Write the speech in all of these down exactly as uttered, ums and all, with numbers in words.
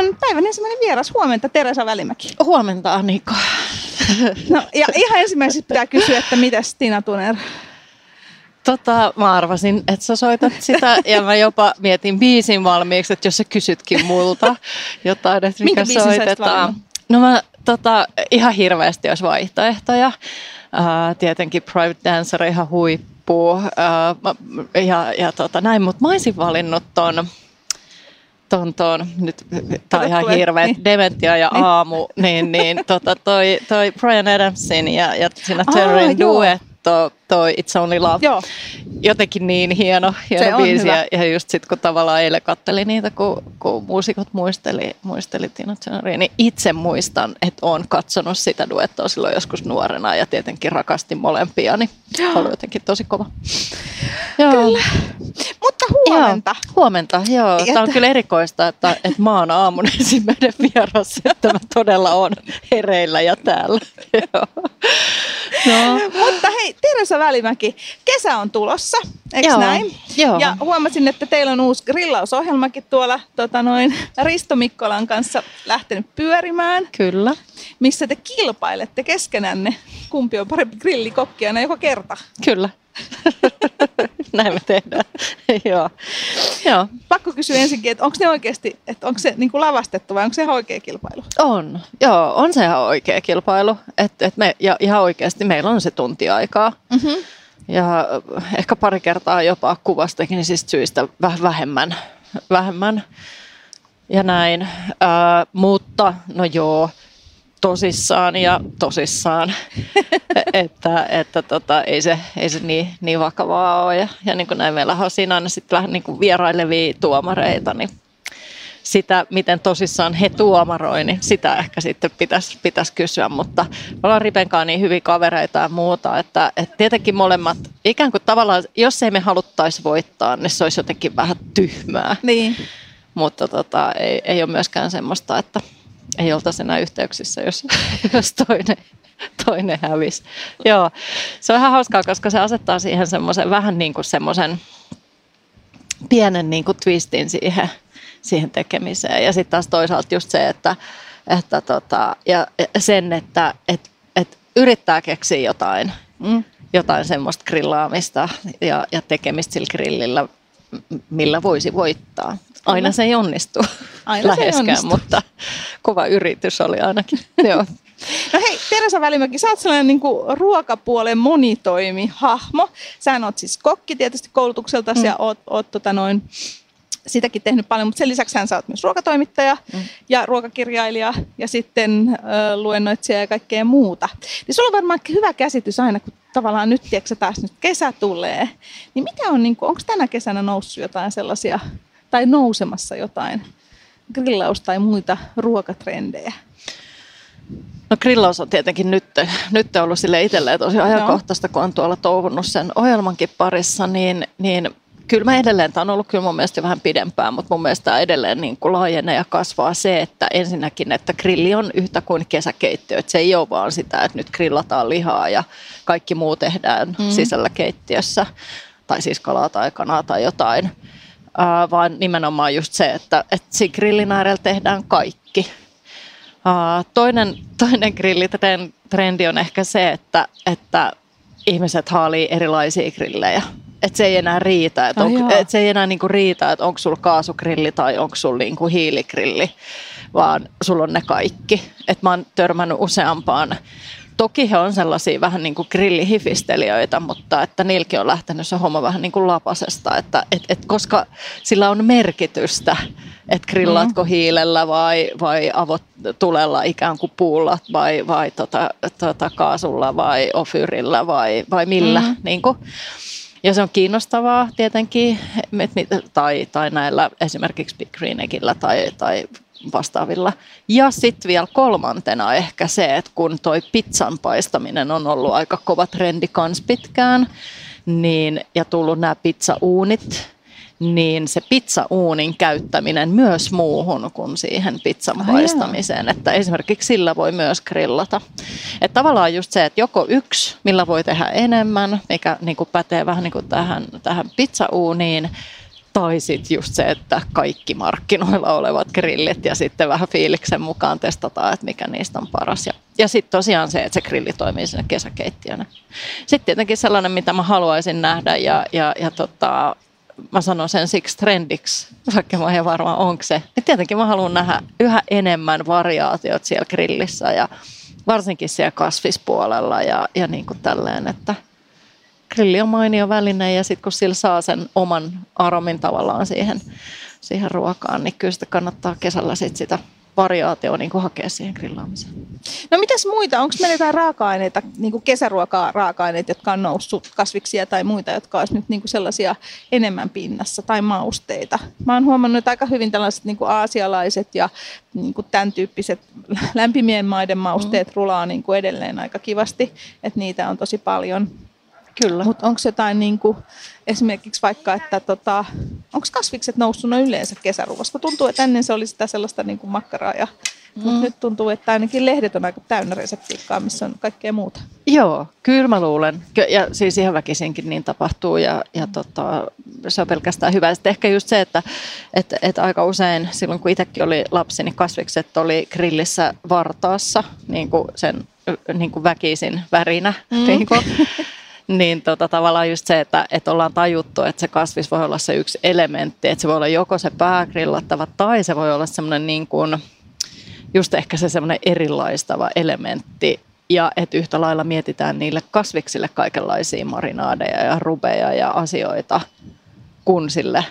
on päivän ensimmäinen vieras. Huomenta, Teresa Välimäki. Huomenta, Annika. No, ja ihan ensimmäiseksi pitää kysyä, että mitäs Tina Turner? Tota, mä arvasin, että sä soitat sitä, ja mä jopa mietin biisin valmiiksi, että jos sä kysytkin multa jotain, että mikä soitetaan. No mä tota, ihan hirveästi olisi vaihtoehtoja. Uh, tietenkin Private Dancer ihan huippu uh, ja, ja tota, näin, mutta mä olisin valinnut ton, ton, ton nyt tää on ihan hirveä, niin. Dementia ja niin. Aamu, niin, niin tota, toi, toi Bryan Adamsin ja, ja siinä Turnerin duet. Toi, toi It's Only Love. Joo. Jotenkin niin hieno, hieno biisi. Ja, ja just sitten kun tavallaan eilen katselin niitä, kun, kun muusikot muisteli, muisteli Tina Turneria, niin itse muistan, että olen katsonut sitä duettoa silloin joskus nuorena ja tietenkin rakastin molempia, niin oli jotenkin tosi kova. Joo. Kyllä. Mutta huomenta. Joo, huomenta, joo. Tämä on kyllä erikoista, että, että mä oon aamun ensimmäinen vieras, että mä todella on hereillä ja täällä. Joo. No. Mutta hei, Teresa Välimäki, kesä on tulossa, eikö näin? Joo. Ja huomasin, että teillä on uusi grillausohjelmakin tuolla tota noin, Risto Mikkolan kanssa lähtenyt pyörimään. Kyllä. Missä te kilpailette keskenänne, kumpi on parempi grillikokki aina joka kerta. Kyllä. Näin me tehdään. Joo. Joo. Pakko kysyä ensinkin, että onko ne oikeasti, että onko se niin kuin lavastettu vai onko se ihan oikea kilpailu? On. Joo, on se ihan oikea kilpailu. Et, et me, ja ihan oikeasti meillä on se tunti aikaa. Mm-hmm. Ja ehkä pari kertaa jopa kuvastekinisistä syistä vähän vähemmän. vähemmän. Ja näin. Äh, mutta no joo. tosissaan ja tosissaan, että, että tota, ei se, ei se niin, niin vakavaa ole. Ja, ja niin kuin näin meillä on siinä aina sitten vähän niin kuin vierailevia tuomareita, niin sitä, miten tosissaan he tuomaroi, niin sitä ehkä sitten pitäisi, pitäisi kysyä, mutta me ollaan Ripenkaan niin hyviä kavereita ja muuta, että, että tietenkin molemmat, ikään kuin tavallaan, jos ei me haluttaisi voittaa, niin se olisi jotenkin vähän tyhmää, niin. Mutta tota, ei, ei ole myöskään semmoista, että ei oltaisi enää yhteyksissä, jos, jos toinen, toinen hävisi. Joo, se on ihan hauskaa, koska se asettaa siihen semmoisen vähän niin kuin semmoisen pienen niin kuin twistin siihen, siihen tekemiseen. Ja sitten taas toisaalta just se, että, että tota, ja sen, että et, et yrittää keksiä jotain, mm. jotain semmoista grillaamista ja, ja tekemistä sillä grillillä, millä voisi voittaa. Aina se ei onnistu Aina läheskään, se ei onnistu. Mutta kova yritys oli ainakin. Joo. No hei, Teresa Välimäki, sä oot sellainen niin kuin ruokapuolen monitoimihahmo. Sähän oot siis kokki tietysti koulutukseltasi mm. ja oot, oot tota noin, sitäkin tehnyt paljon, mutta sen lisäksi sä oot myös ruokatoimittaja mm. ja ruokakirjailija ja sitten äh, luennoitsija ja kaikkea muuta. Niin sulla on varmaan hyvä käsitys aina, kun tavallaan nyt, tiedätkö, taas nyt kesä tulee. Niin mitä on, niin kuin, onko tänä kesänä noussut jotain sellaisia, tai nousemassa jotain grillaus- tai muita ruokatrendejä? No grillaus on tietenkin nyt, nyt on ollut sille itselleen tosi ajankohtaista, no. kun on tuolla touhunut sen ohjelmankin parissa, niin, niin kyllä mä edelleen, tämä on ollut kyllä mun mielestä vähän pidempään, mutta mun mielestä tämä edelleen niin kuin laajenee ja kasvaa se, että ensinnäkin, että grilli on yhtä kuin kesäkeittiö, että se ei ole vaan sitä, että nyt grillataan lihaa ja kaikki muu tehdään mm. sisällä keittiössä, tai siis kalaa tai kanaa tai jotain, uh, vaan nimenomaan just se, että, että siinä grillin äärellä tehdään kaikki. Uh, toinen, toinen grillitrendi on ehkä se, että, että ihmiset haalii erilaisia grillejä. Että se ei enää riitä, että on, et se ei enää niinku riitä, että onko sulla kaasugrilli tai onko sulla niinku hiiligrilli, vaan sulla on ne kaikki. Että mä oon törmännyt useampaan. Toki he on sellaisia vähän niin kuin grillihifistelijöitä, mutta että niilläkin on lähtenyt se homma vähän niin kuin lapasesta, että et, et koska sillä on merkitystä, että grillaatko hiilellä vai, vai avot tulella ikään kuin puulla vai, vai tota, tota kaasulla vai ofyrillä vai, vai millä. Mm. Niin kuin. Ja se on kiinnostavaa tietenkin, tai, tai näillä esimerkiksi Big Green Eggillä tai, tai vastaavilla. Ja sitten vielä kolmantena ehkä se, että kun toi pizzan paistaminen on ollut aika kova trendi kans pitkään, niin, ja tullut nämä pizzauunit, niin se pizzauunin käyttäminen myös muuhun kuin siihen pizzan paistamiseen, että esimerkiksi sillä voi myös grillata. Että tavallaan just se, että joko yksi, millä voi tehdä enemmän, mikä niin kuin pätee vähän niin kuin tähän, tähän pizzauuniin, Tai sitten just se, että kaikki markkinoilla olevat grillit ja sitten vähän fiiliksen mukaan testataan, että mikä niistä on paras. Ja, ja sitten tosiaan se, että se grilli toimii siinä kesäkeittiönä. Sitten tietenkin sellainen, mitä mä haluaisin nähdä ja, ja, ja tota, mä sanon sen siksi trendiksi, vaikka mä en varmaan onko se. Niin tietenkin mä haluan nähdä yhä enemmän variaatiot siellä grillissä ja varsinkin siellä kasvispuolella ja, ja niin kuin tälleen, että grilli on mainio väline ja sitten kun sillä saa sen oman aromin tavallaan siihen, siihen ruokaan, niin kyllä sitä kannattaa kesällä sit sitä variaatioa niin kuin hakea siihen grillaamiseen. No mitäs muita? Onko meillä jotain raaka-aineita, niin kuin kesäruokaa raaka-aineita, jotka on noussut, kasviksia tai muita, jotka olisi nyt niin kuin sellaisia enemmän pinnassa tai mausteita? Mä oon huomannut, että aika hyvin tällaiset niin kuin aasialaiset ja niin kuin tämän tyyppiset lämpimien maiden mausteet mm. rulaa niin kuin edelleen aika kivasti, että niitä on tosi paljon. Kyllä. Mutta onko jotain niin kuin, esimerkiksi vaikka, että tota, onko kasvikset noussut no yleensä kesäruoasta? Tuntuu, että ennen se oli sitä sellaista niin kuin makkaraa, ja, mm. mutta nyt tuntuu, että ainakin lehdet on aika täynnä reseptiikkaa, missä on kaikkea muuta. Joo, kyllä mä luulen. Ja siis ihan väkisinkin niin tapahtuu ja, ja tota, se on pelkästään hyvä. Sitten ehkä just se, että et, et aika usein silloin kun itsekin oli lapsi, niin kasvikset oli grillissä vartaassa niin kuin sen niin kuin väkisin värinä. Mm. Niin kuin. Niin tota, tavallaan just se, että, että ollaan tajuttu, että se kasvis voi olla se yksi elementti, että se voi olla joko se päägrillattava tai se voi olla semmoinen niin kuin, just ehkä se semmoinen erilaistava elementti ja että yhtä lailla mietitään niille kasviksille kaikenlaisia marinaadeja ja rubeja ja asioita kuin sille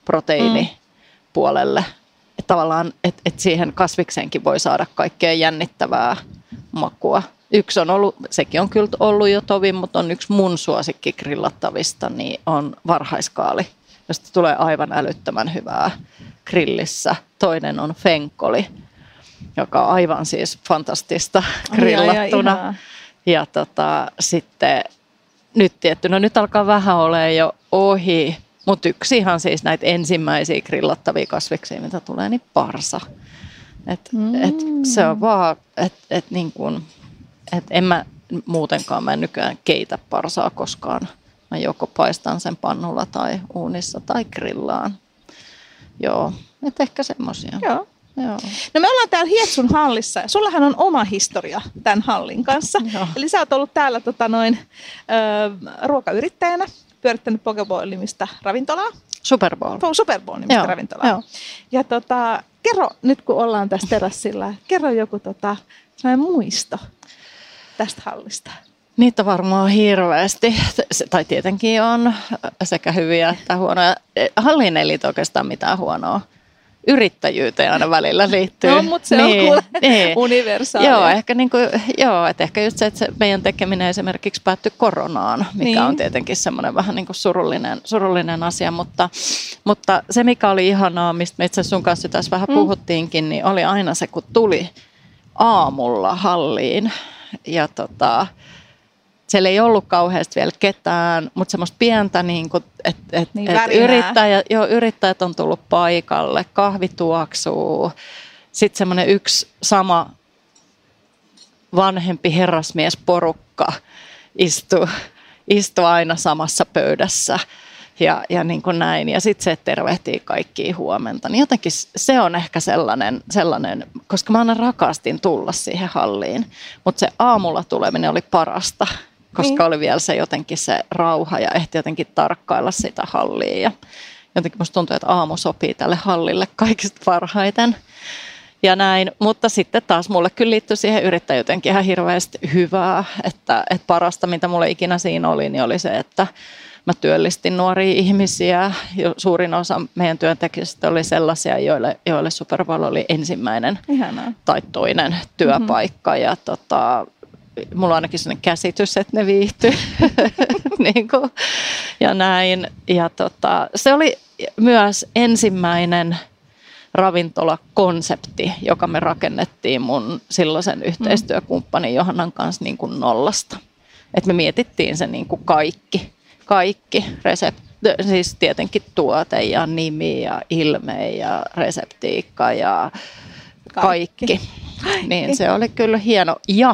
proteiinipuolelle. Mm. Että tavallaan, että, että siihen kasvikseenkin voi saada kaikkea jännittävää makua. Yksi on ollut, sekin on kyllä ollut jo tovi, mutta on yksi mun suosikki grillattavista, niin on varhaiskaali, josta tulee aivan älyttömän hyvää grillissä. Toinen on fenkoli, joka on aivan siis fantastista grillattuna. Ai, ai, ja tota, sitten nyt tietty, no nyt alkaa vähän olemaan jo ohi, mutta yksi ihan siis näitä ensimmäisiä grillattavia kasviksia, mitä tulee, niin parsa. Et, mm. et se on vaan, että et niin kuin... Että en mä muutenkaan, mä en nykyään keitä parsaa koskaan. Mä joko paistan sen pannulla tai uunissa tai grillaan. Joo, että ehkä semmoisia. Joo. Joo. No me ollaan täällä Hietsun hallissa ja sullahan on oma historia tämän hallin kanssa. Joo. Eli sä oot ollut täällä tota, noin, ö, ruokayrittäjänä, pyörittänyt Pokeball-nimistä ravintolaa. Superbowl. Superbowl-nimistä Joo. ravintolaa. Joo. Ja tota, kerro nyt kun ollaan tässä terassilla, kerro joku tota, sellainen muisto tästä hallista. Niitä varmaan hirveästi, tai tietenkin on sekä hyviä että huonoja. Halliin ei liity oikeastaan mitään huonoa. Yrittäjyyteen aina välillä liittyy. No, mutta se niin, on kuule niin. universaalia. Joo, ehkä, niin kuin, joo, että ehkä just se, että se meidän tekeminen esimerkiksi päättyi koronaan, mikä niin. on tietenkin semmoinen vähän niin kuin surullinen, surullinen asia, mutta, mutta se mikä oli ihanaa, mistä me itse asiassa sun kanssa tässä vähän mm. puhuttiinkin, niin oli aina se, kun tuli aamulla halliin ja tota... Siellä ei ollut kauheasti vielä ketään, mutta semmoista pientä, niin kuin, että et, niin et yrittäjät, joo, yrittäjät on tullut paikalle, kahvi tuoksuu. Sitten semmoinen yksi sama vanhempi herrasmiesporukka istuu, istuu aina samassa pöydässä ja, ja niin kuin näin. Ja sitten se, että tervehtii kaikkia huomenta. Niin jotenkin se on ehkä sellainen, sellainen, koska mä aina rakastin tulla siihen halliin, mutta se aamulla tuleminen oli parasta. Koska niin. oli vielä se jotenkin se rauha ja ehti jotenkin tarkkailla sitä hallia. Ja jotenkin musta tuntuu, että aamu sopii tälle hallille kaikista parhaiten. Ja näin, mutta sitten taas mulle kyllä liittyy siihen yrittäjyytenkin ihan hirveästi hyvää. Että, että parasta, mitä mulle ikinä siinä oli, niin oli se, että mä työllistin nuoria ihmisiä. Suurin osa meidän työntekijöistä oli sellaisia, joille, joille Superbowl oli ensimmäinen Ihanaa. tai toinen työpaikka. Mm-hmm. Ja tota... Mulla on ainakin sellainen käsitys, että ne viihtyy niin kuin, ja näin. Ja tota, se oli myös ensimmäinen ravintolakonsepti, joka me rakennettiin mun silloisen yhteistyökumppanin Johannan kanssa niin kuin nollasta. Et me mietittiin se niin kuin kaikki, kaikki resepti, siis tietenkin tuote ja nimi ja ilme ja reseptiikka ja kaikki. kaikki. Niin se oli kyllä hieno. Ja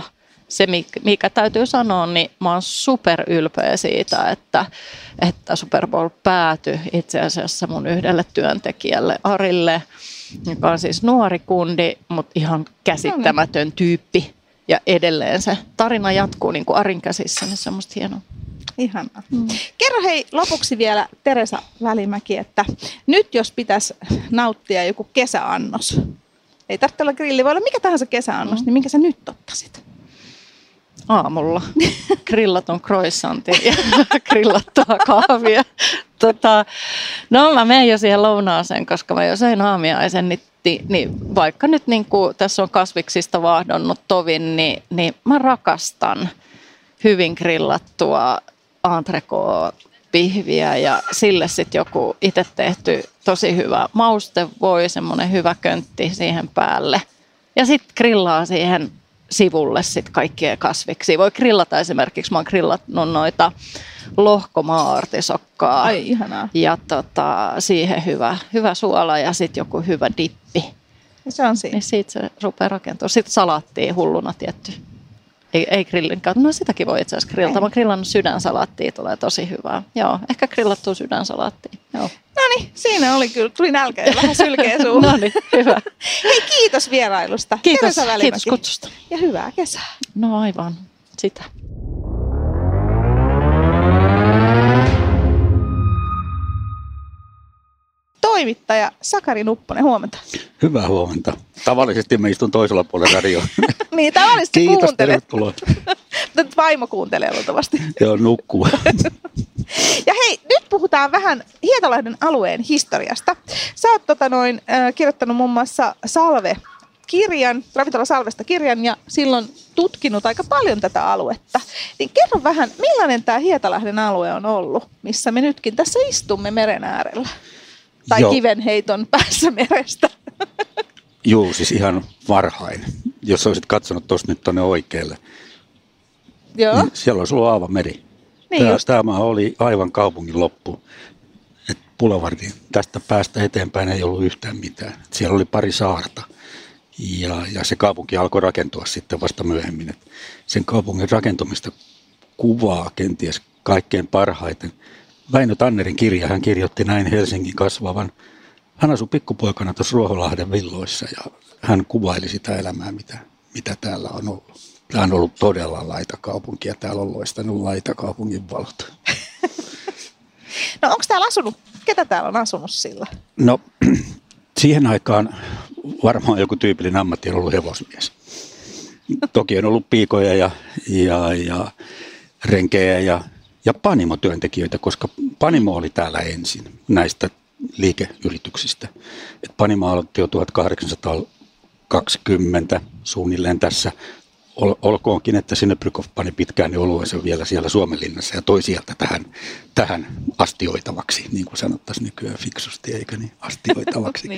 se, mikä täytyy sanoa, niin mä oon super ylpeä siitä, että, että Super Bowl päätyi itse asiassa mun yhdelle työntekijälle Arille, joka on siis nuori kundi, mutta ihan käsittämätön tyyppi. Ja edelleen se tarina jatkuu niin kuin Arin käsissä, niin se on musta hienoa. Ihanaa. Mm. Kerro hei lopuksi vielä Teresa Välimäki, että nyt jos pitäisi nauttia joku kesäannos, ei tarvitse olla grilli, voi olla mikä tahansa kesäannos, mm. niin minkä sä nyt ottaisit? Aamulla. Grillatun croissantin ja grillattua kahvia. Tota, no mä menen jo siihen lounaaseen, koska mä jo söin aamiaisen, niin, niin vaikka nyt niin kuin tässä on kasviksista vaahdonnut tovin, niin, niin mä rakastan hyvin grillattua entrecôte-pihviä ja sille sitten joku itse tehty tosi hyvä maustevoi, semmoinen hyvä köntti siihen päälle. Ja sitten grillaa siihen sivulle sitten kaikkia kasviksia. Voi grillata esimerkiksi, mä oon grillannut noita lohkomaa-artisokkaa. Ai ihanaa. Ja tota, siihen hyvä, hyvä suola ja sitten joku hyvä dippi. Ja se on siinä. Niin siitä se rupeaa rakentua. Sitten salaattia hulluna tietty. Ei, ei grillin kautta. No sitäkin voi itse asiassa grillata. Mä oon grillannut sydänsalaattia, tulee tosi hyvää. Joo, ehkä grillattua sydänsalaattia. Joo. No niin, siinä oli kyllä. Tuli nälkä ja vähän sylkeä suuhun. No niin, hyvä. Hei, kiitos vierailusta. Kiitos, kiitos kutsusta. Ja hyvää kesää. No aivan, sitä. Toimittaja Sakari Nupponen, huomenta. Hyvää huomenta. Tavallisesti mä istun toisella puolella radioa. Niin, tavallisesti Kiitos, kuuntelet. tervetuloa. Nyt vaimo kuuntelee luultavasti. Joo, nukkuu. Ja hei, nyt puhutaan vähän Hietalahden alueen historiasta. Sä oot tota noin, äh, kirjoittanut muun muassa Salve-kirjan, Ravintola Salvesta kirjan, ja silloin tutkinut aika paljon tätä aluetta. Niin kerro vähän, millainen tämä Hietalahden alue on ollut, missä me nytkin tässä istumme meren äärellä? Tai Joo. kivenheiton päässä merestä. Joo, siis ihan varhain. Jos olisit katsonut tuosta nyt tuonne oikealle, Joo. niin siellä olisi ollut aivan meri. Niin Tämä, tämä oli aivan kaupungin loppu. Et Boulevardin tästä päästä eteenpäin ei ollut yhtään mitään. Et siellä oli pari saarta ja, ja se kaupunki alkoi rakentua sitten vasta myöhemmin. Et sen kaupungin rakentumista kuvaa kenties kaikkein parhaiten Väinö Tannerin kirja. Hän kirjoitti näin Helsingin kasvavan. Hän asui pikkupoikana tuossa Ruoholahden villoissa ja hän kuvaili sitä elämää, mitä, mitä täällä on ollut. Tämä on ollut todella laitakaupunki ja täällä on loistanut laitakaupungin valot. No onko täällä asunut, ketä täällä on asunut sillä? No siihen aikaan varmaan joku tyypillinen ammatti on ollut hevosmies. Toki on ollut piikoja ja, ja, ja renkejä ja, ja panimotyöntekijöitä, koska panimo oli täällä ensin näistä liikeyrityksistä. Et panimo aloitti jo tuhatkahdeksansataakaksikymmentä suunnilleen tässä. Ol, olkoonkin, että Sinnebrykov pani pitkään niin oluensa vielä siellä Suomenlinnassa ja toi sieltä tähän, tähän astioitavaksi, niin kuin sanottaisiin nykyään fiksusti, eikö niin, astioitavaksi.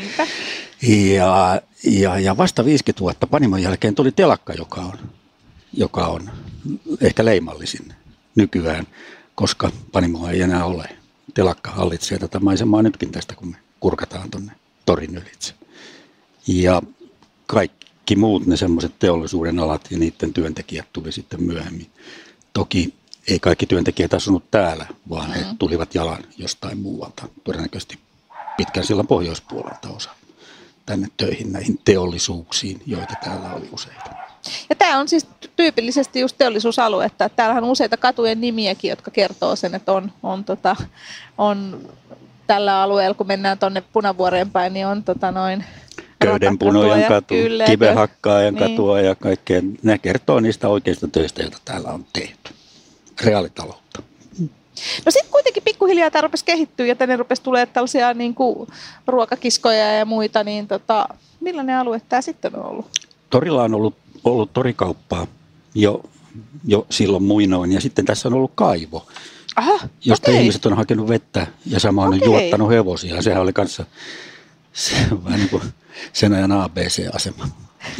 ja, ja, ja vasta viisikymmentä vuotta Panimon jälkeen tuli telakka, joka on, joka on ehkä leimallisin nykyään, koska Panimoa ei enää ole. Telakka hallitsee tätä maisemaa nytkin tästä, kun me kurkataan tuonne torin ylitse. Ja kaikki muut ne semmoiset teollisuuden alat ja niiden työntekijät tuli sitten myöhemmin. Toki ei kaikki työntekijät asunut täällä, vaan he tulivat jalan jostain muualta, todennäköisesti pitkän sillan pohjoispuolelta osa tänne töihin näihin teollisuuksiin, joita täällä oli useita. Ja tämä on siis tyypillisesti just teollisuusaluetta, että täällähän on useita katujen nimiäkin, jotka kertoo sen, että on, on, tota, on tällä alueella, kun mennään tuonne Punavuoreen päin, niin on tota noin Köydenpunojan katu, kivenhakkaajan niin. katua ja kaikkea. Ne kertoo niistä oikeista töistä, joita täällä on tehty. Reaalitaloutta. No sitten kuitenkin pikkuhiljaa tämä rupesi kehittyä ja tänne rupesi tulee tällaisia niin kuin ruokakiskoja ja muita, niin tota, millainen alue tämä sitten on ollut? Torilla on ollut, ollut torikauppaa jo, jo silloin muinoin ja sitten tässä on ollut kaivo, Aha, josta okei. ihmiset on hakenut vettä ja samaan on juottanut hevosia. Sehän oli kanssa se on vähän niin kuin sen ajan A B C-asema.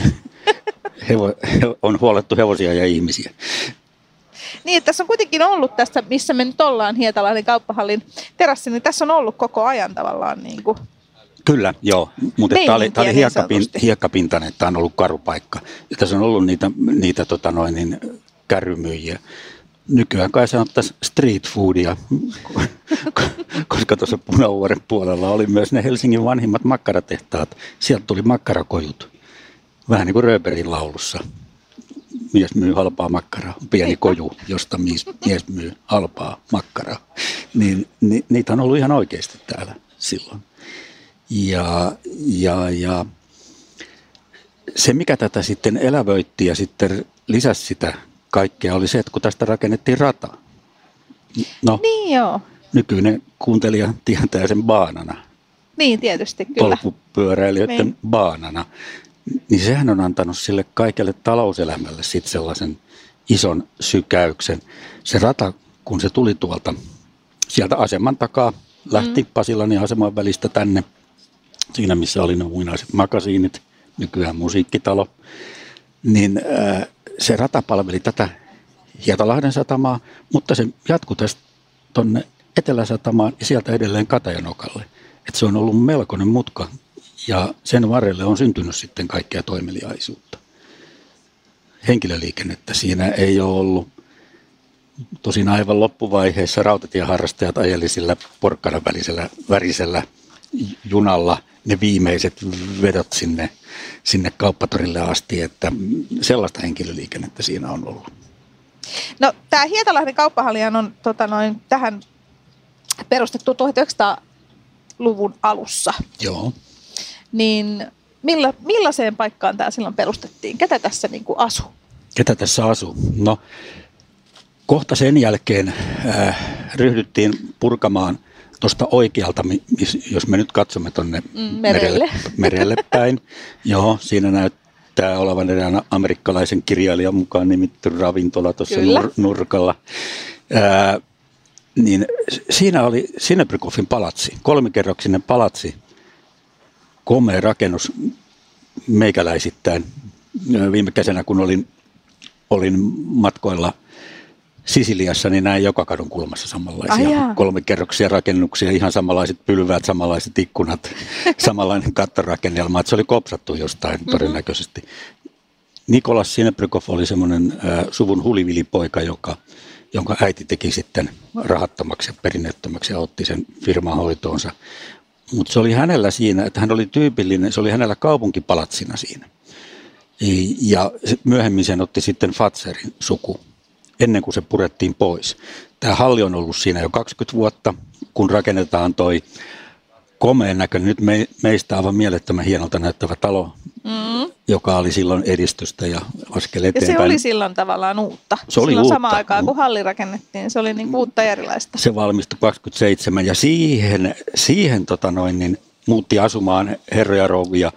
Hevo, on huolettu hevosia ja ihmisiä. Niin, että tässä on kuitenkin ollut tässä, missä me nyt ollaan, Hietalahden kauppahallin terassi, niin tässä on ollut koko ajan tavallaan niin kuin Kyllä, joo, mutta tämä oli, tämä oli hiekkapin, hiekkapintainen, tämä on ollut karupaikka. Ja tässä on ollut niitä, niitä tota noin, niin, kärrymyyjiä. Nykyään kai sanottaisiin street foodia, koska tuossa Punavuoren puolella oli myös ne Helsingin vanhimmat makkaratehtaat. Sieltä tuli makkarakojut, vähän niin kuin Röberin laulussa. Mies myy halpaa makkaraa, pieni koju, josta mies, mies myy halpaa makkaraa. Niin, ni, niitä on ollut ihan oikeasti täällä silloin. Ja, ja, ja se, mikä tätä sitten elävöitti ja sitten lisäsi sitä kaikkea, oli se, että kun tästä rakennettiin rata. No, niin joo. Nykyinen kuuntelija tietää sen baanana. Niin, tietysti, kyllä. Polkupyöräilijöiden niin. baanana. Niin sehän on antanut sille kaikelle talouselämälle sitten sellaisen ison sykäyksen. Se rata, kun se tuli tuolta sieltä aseman takaa, lähti mm. Pasilan ja aseman välistä tänne, siinä missä oli ne muinaiset makasiinit, nykyään musiikkitalo, niin äh, se rata palveli tätä Hietalahden satamaa, mutta se jatkui tästä tuonne Etelä-satamaan ja sieltä edelleen Katajanokalle. Et se on ollut melkoinen mutka ja sen varrelle on syntynyt sitten kaikkea toimeliaisuutta. Henkilöliikennettä siinä ei ole ollut. Tosin aivan loppuvaiheessa rautatieharrastajat ajeli sillä porkkanan välisellä värisellä junalla ne viimeiset vedot sinne, sinne kauppatorille asti, että sellaista henkilöliikennettä siinä on ollut. No, tämä Hietalahden kauppahallihan on tota noin, tähän perustettu tuhatyhdeksänsataaluvun alussa. Joo. Niin milla, millaiseen paikkaan tämä silloin perustettiin? Ketä tässä niin kuin asui? Ketä tässä asui? No, kohta sen jälkeen äh, ryhdyttiin purkamaan tuosta oikealta, jos me nyt katsomme tuonne mm, merelle. merelle, merelle päin. Joo, siinä näyttää olevan erään amerikkalaisen kirjailijan mukaan nimitty ravintola tuossa nur, nurkalla. Ää, niin siinä oli Sinebrykoffin palatsi, kolmikerroksinen palatsi, komea rakennus meikäläisittäin. Viime kesänä, kun olin, olin matkoilla Sisiliassa, niin näin joka kadun kulmassa samanlaisia kolmikerroksia rakennuksia, ihan samanlaiset pylväät, samanlaiset ikkunat, samanlainen kattorakennelma, että se oli kopsattu jostain mm-hmm. todennäköisesti. Nikolas Sinebrykoff oli semmoinen äh, suvun hulivilipoika, joka, jonka äiti teki sitten rahattomaksi ja perinnettömäksi ja otti sen firman hoitoonsa. Mutta se oli hänellä siinä, että hän oli tyypillinen, se oli hänellä kaupunkipalatsina siinä. Ja myöhemmin sen otti sitten Fatserin suku, ennen kuin se purettiin pois. Tämä halli on ollut siinä jo kaksikymmentä vuotta, kun rakennetaan toi komeen näköinen, nyt me, meistä aivan mielettömän hienolta näyttävä talo, mm. joka oli silloin edistystä ja askel eteenpäin. Ja se oli silloin tavallaan uutta. Se oli silloin uutta. Samaan aikaan, kun halli rakennettiin, se oli niin uutta ja erilaista. Se valmistui kaksikymmentäseitsemän ja siihen, siihen tota noin, niin muutti asumaan herroja rouvia.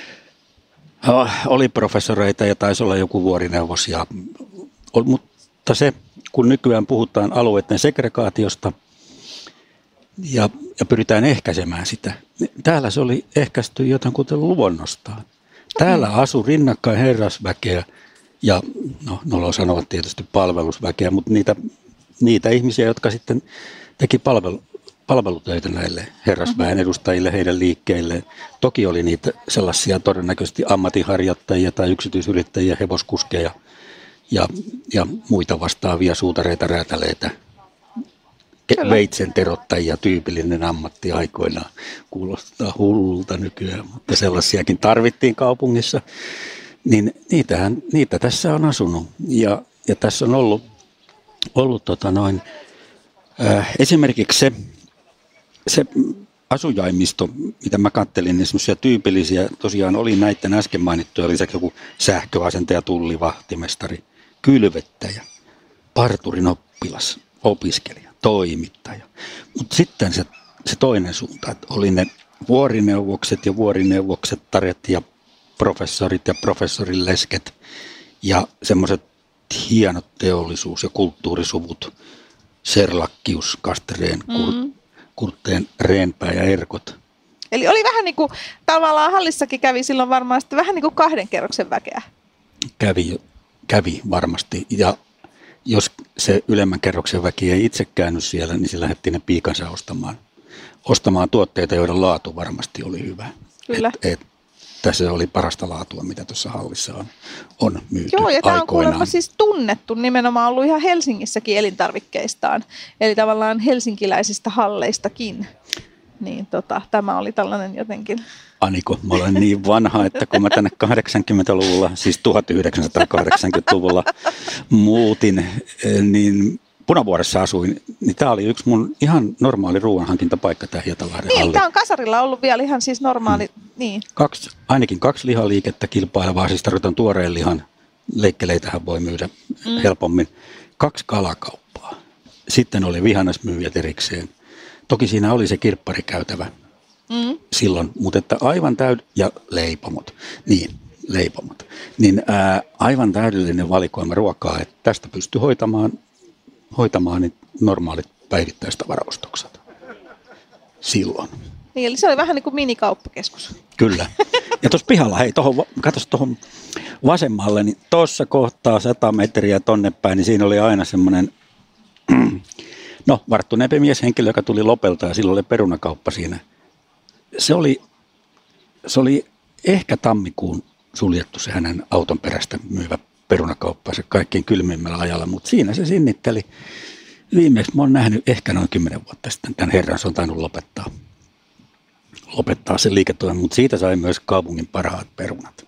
Oli professoreita ja taisi olla joku vuorineuvos, ja, mutta se, kun nykyään puhutaan alueiden segregaatiosta ja, ja pyritään ehkäisemään sitä, niin täällä se oli ehkäisty jotain kuten luonnostaan. Täällä asui rinnakkain herrasväkeä ja no, noloa sanovat tietysti palvelusväkeä, mutta niitä, niitä ihmisiä, jotka sitten teki palvelu, palvelutöitä näille herrasväen edustajille, heidän liikkeilleen. Toki oli niitä sellaisia todennäköisesti ammatinharjoittajia tai yksityisyrittäjiä, hevoskuskeja ja, ja muita vastaavia suutareita, räätäleitä, veitsen terottajia, tyypillinen ammatti aikoinaan. Kuulostaa hullulta nykyään, mutta sellaisiakin tarvittiin kaupungissa. Niin niitähän, niitä tässä on asunut ja, ja tässä on ollut, ollut tota noin, äh, esimerkiksi se, se asujaimisto, mitä mä kattelin, niin semmoisia tyypillisiä, tosiaan oli näiden äsken mainittuja lisäksi joku sähköasentaja, tullivahtimestari, kylvettäjä, parturin oppilas, opiskelija, toimittaja. Mutta sitten se, se toinen suunta, että oli ne vuorineuvokset ja vuorineuvoksettaret ja professorit ja professorilesket ja semmoiset hienot teollisuus- ja kulttuurisuvut, Serlakkius, Kastreen, mm-hmm. Kurtteen, Reenpää ja Erkot. Eli oli vähän niin kuin, tavallaan hallissakin kävi silloin varmaan sitten vähän niin kuin kahden kerroksen väkeä. Kävi, kävi varmasti, ja jos se ylemmän kerroksen väki ei itse käynyt siellä, niin se lähetti ne piikansa ostamaan ostamaan tuotteita, joiden laatu varmasti oli hyvä. Kyllä. Et, et, tässä oli parasta laatua, mitä tuossa hallissa on, on myyty Joo, ja tämä on aikoinaan. kuulemma siis tunnettu nimenomaan ollut ihan Helsingissäkin elintarvikkeistaan, eli tavallaan helsinkiläisistä halleistakin. Niin tota, tämä oli tällainen jotenkin... Aniko, mä olen niin vanha, että kun mä tänne kahdeksankymmentäluvulla, siis tuhatyhdeksänsataakahdeksankymmentäluvulla muutin, niin Punavuoressa asuin, niin tämä oli yksi mun ihan normaali ruoanhankintapaikka, tämä Hietalahden Niin, halli. tämä on kasarilla ollut vielä ihan siis normaali, hmm. niin. Kaksi, ainakin kaksi lihaliikettä kilpailevaa, siis tarkoitan tuoreen lihan, leikkeleitähän voi myydä hmm. helpommin. Kaksi kalakauppaa. Sitten oli vihannesmyyjät erikseen. Toki siinä oli se kirpparikäytävä mm. silloin, mutta että aivan täyd... ja leipomot, niin leipomot, niin ää, aivan täydellinen valikoima ruokaa, että tästä pystyy hoitamaan, hoitamaan niin normaalit päivittäistavaraostokset silloin. Niin, eli se oli vähän niin kuin minikauppakeskus. Kyllä. Ja tuossa pihalla, hei, tohon, katsos tuohon vasemmalle, niin tuossa kohtaa sata metriä tonne päin, niin siinä oli aina semmoinen... No, varttuneempi mieshenkilö, joka tuli Lopelta ja silloin oli perunakauppa siinä. Se oli, se oli ehkä tammikuun suljettu se hänen auton perästä myyvä perunakauppansa kaikkein kylmimmällä ajalla, mutta siinä se sinnitteli. Viimeksi mä oon nähnyt ehkä noin kymmenen vuotta sitten tämän herran, se on tainnut lopettaa, lopettaa sen liiketoimen, mutta siitä sai myös kaupungin parhaat perunat.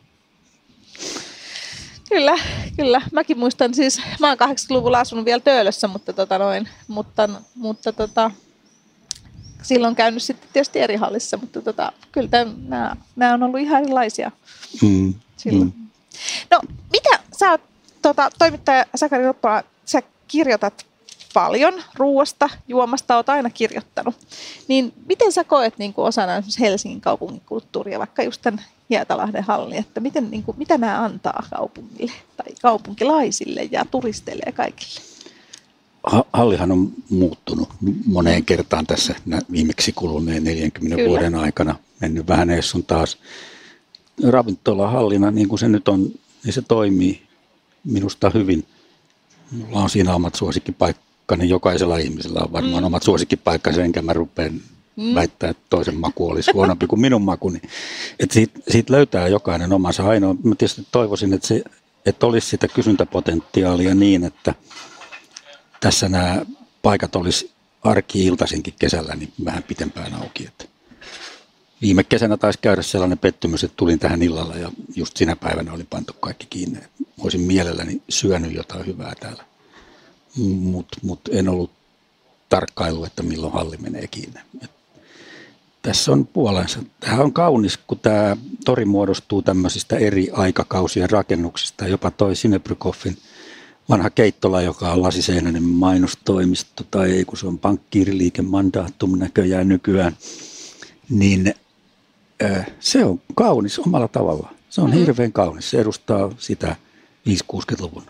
Kyllä, kyllä. Mäkin muistan siis, mä oon kahdeksankymmentäluvulla asunut vielä Töölössä, mutta, tota noin, mutta, mutta tota, silloin käynyt sitten tietysti eri hallissa, mutta tota, kyllä nämä, nämä on ollut ihan erilaisia mm, silloin. Mm. No, mitä sä oot, tota, toimittaja Sakari Roppola, sä kirjoitat paljon ruuasta, juomasta, oot aina kirjoittanut. Niin miten sä koet niin kuin osana esimerkiksi Helsingin kaupungin kulttuuria, vaikka just tämän Hietalahden halli, että miten, niin kuin, mitä nämä antaa kaupungille tai kaupunkilaisille ja turisteille ja kaikille? Hallihan on muuttunut moneen kertaan tässä viimeksi kuluneen neljänkymmenen Kyllä. vuoden aikana. Mennyt vähän ees sun taas ravintolahallina, niin kuin se nyt on, niin se toimii minusta hyvin. Mulla on siinä omat suosikkipaikkani, jokaisella ihmisellä on varmaan mm. omat suosikkipaikkansa, enkä mä rupean mm. väittää, että toisen maku olisi huonompi kuin minun makuni. Että siitä, siitä löytää jokainen omansa. Ainoa, mä tietysti toivoisin, että, se, että olisi sitä kysyntäpotentiaalia niin, että tässä nämä paikat olisi arki-iltaisinkin kesällä niin vähän pitempään auki. Että viime kesänä taisi käydä sellainen pettymys, että tulin tähän illalla ja just sinä päivänä oli pantu kaikki kiinni. Olisin mielelläni syönyt jotain hyvää täällä, mutta mut en ollut tarkkailu, että milloin halli menee kiinni. Et tässä on puolensa. Tämä on kaunis, kun tämä tori muodostuu tämmöisistä eri aikakausien rakennuksista. Jopa toi Sinebrykoffin vanha keittola, joka on lasiseinäinen mainostoimisto, tai ei kun se on pankkiiriliike Mandatum näköjään nykyään, niin äh, se on kaunis omalla tavalla. Se on hirveän kaunis. Se edustaa sitä viisikymmentä-kuusikymmentäluvun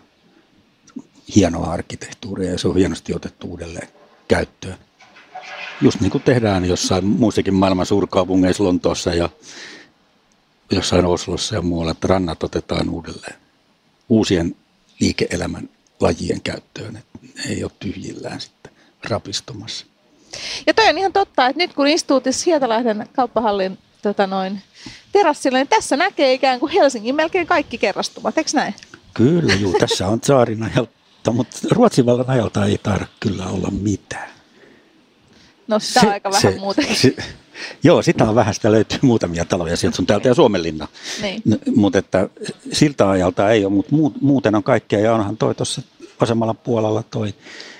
hienoa arkkitehtuuria ja se on hienosti otettu uudelleen käyttöön. Just niin kuin tehdään jossain muissakin maailman suurkaupungeissa, Lontoossa ja jossain Oslossa ja muualla, että rannat otetaan uudelleen uusien liike-elämän lajien käyttöön. Että ei ole tyhjillään sitten rapistumassa. Ja toi on ihan totta, että nyt kun istuu tässä Hietalahden kauppahallin tota noin, terassilla, niin tässä näkee ikään kuin Helsingin melkein kaikki kerrastumat, eikö näin? Kyllä, juu, tässä on tsaarin ajalta, mutta Ruotsin vallan ajalta ei tarvitse kyllä olla mitään. No sitä se, on aika vähän se, muutenkin. Se, joo, sitä on vähän, sitä löytyy muutamia taloja sieltä sun täältä ja Suomenlinna. Niin. Mutta että siltä ajalta ei ole, mutta muuten on kaikkea ja onhan toi tuossa vasemmalla puolella toi.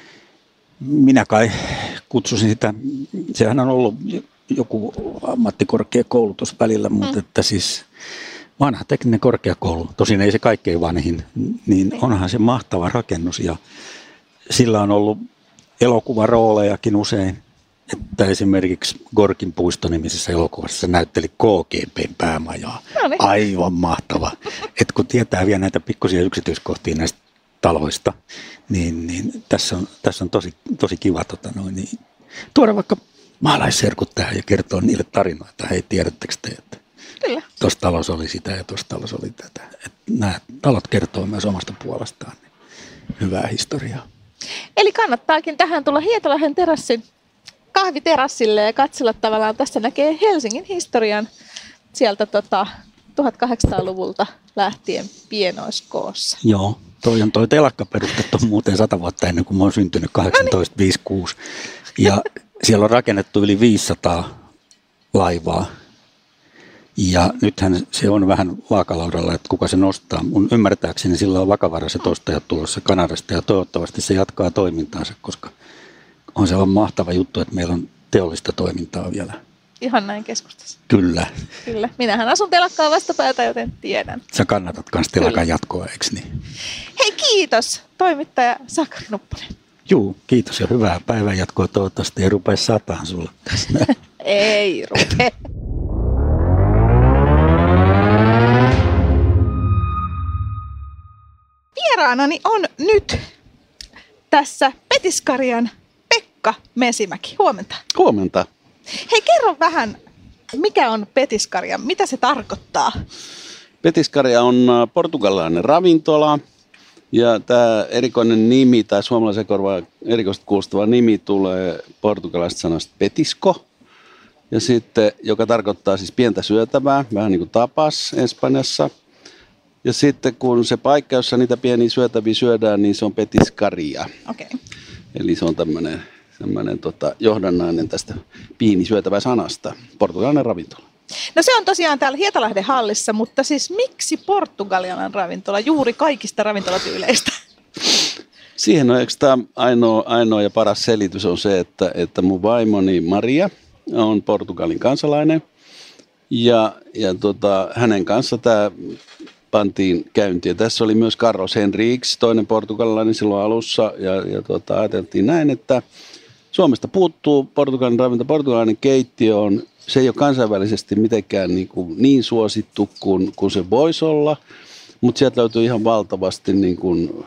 Minä kai kutsusin sitä, sehän on ollut joku ammattikorkeakoulutus välillä, mutta mm. että siis vanha tekninen korkeakoulu, tosin ei se kaikkein vanhin, niin onhan se mahtava rakennus ja sillä on ollut elokuvaroolejakin usein, että esimerkiksi Gorkin puisto-nimisessä elokuvassa näytteli K G P:n päämajaa. No niin. Aivan mahtava. Et kun tietää vielä näitä pikkusia yksityiskohtia näistä taloista, niin, niin tässä on, tässä on tosi, tosi kiva tota noin, niin, tuoda vaikka maalaisserkut tähän ja kertoa niille tarinoita. Hei, tiedättekö te, että tuossa talossa oli sitä ja tuossa talossa oli tätä. Et nämä talot kertoo myös omasta puolestaan niin hyvää historiaa. Eli kannattaakin tähän tulla Hietalahden terassin kahviterassille ja katsella tavallaan. Tässä näkee Helsingin historian sieltä tota, tuhatkahdeksansataaluvulta lähtien pienoiskoossa. Joo, toi on toi telakka perustettu muuten sata vuotta ennen kuin mä oon syntynyt kahdeksantoista viisikymmentäkuusi. Ja siellä on rakennettu yli viisisataa laivaa. Ja nythän se on vähän vaakalaudalla, että kuka se nostaa. Mun ymmärtääkseni sillä on vakavaraiset ostajat tulossa Kanadasta ja toivottavasti se jatkaa toimintaansa, koska on se on mahtava juttu, että meillä on teollista toimintaa vielä. Ihan näin keskustassa. Kyllä. Kyllä. Minähän asun telakkaa vastapäätä, joten tiedän. Sä kannatat kans telakan jatkoa, eikö niin? Hei, kiitos toimittaja Sakari Nupponen. Juu, kiitos ja hyvää päivän jatkoa. Toivottavasti ei rupea sataan sulle tästä. Ei rupea. Vieraanani on nyt tässä Petiskarian Pekka Mesimäki. Huomenta. Huomenta. Hei, kerro vähän, mikä on Petiskaria? Mitä se tarkoittaa? Petiskaria on portugalilainen ravintola ja tämä erikoinen nimi tai suomalaisen korvaan erikoisesti kuulostava nimi tulee portugalaisesta sanasta petisco. Ja sitten, joka tarkoittaa siis pientä syötävää, vähän niin kuin tapas Espanjassa. Ja sitten kun se paikka, jossa niitä pieniä syötäviä syödään, niin se on petiskaria. Okay. Eli se on tämmöinen, tämmöinen tota, johdannainen tästä pieni syötävä sanasta, portugalilainen ravintola. No se on tosiaan täällä Hietalahden hallissa, mutta siis miksi portugalialainen ravintola juuri kaikista ravintolatyyleistä? Siihen on oikeastaan ainoa, ainoa ja paras selitys on se, että, että mun vaimoni Maria on Portugalin kansalainen ja, ja tota, hänen kanssa tämä pantiin käyntiin. Tässä oli myös Carlos Henriques, toinen portugalilainen silloin alussa ja, ja tota, ajateltiin näin, että Suomesta puuttuu portugalin ravinto, portugalilainen keittiö on, se ei ole kansainvälisesti mitenkään niin, kuin niin suosittu kuin, kuin se voisi olla, mutta sieltä löytyy ihan valtavasti niin kuin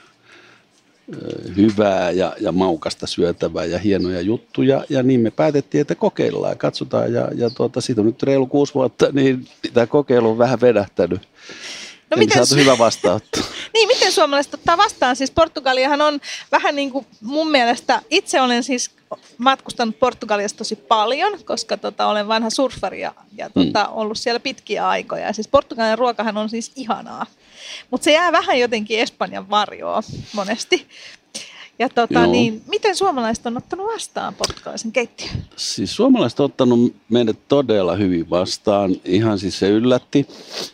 hyvää ja, ja maukasta syötävää ja hienoja juttuja. Ja niin me päätettiin, että kokeillaan ja katsotaan. Ja, ja tuota, siitä on nyt reilu kuusi vuotta, niin tämä kokeilu on vähän vedähtänyt. No eli saatu hyvä vastaanotto. Niin, miten suomalaiset ottaa vastaan? Siis Portugaliahan on vähän niin kuin mun mielestä, itse olen siis matkustanut Portugaliasta tosi paljon, koska tota, olen vanha surffari ja, ja tota, mm. ollut siellä pitkiä aikoja. Ja siis Portugalin ruokahan on siis ihanaa, mutta se jää vähän jotenkin Espanjan varjoon monesti. Ja tota, niin, miten suomalaiset on ottanut vastaan portugalaisen keittiön? Siis suomalaiset on ottanut meidät todella hyvin vastaan, ihan siis se yllätti.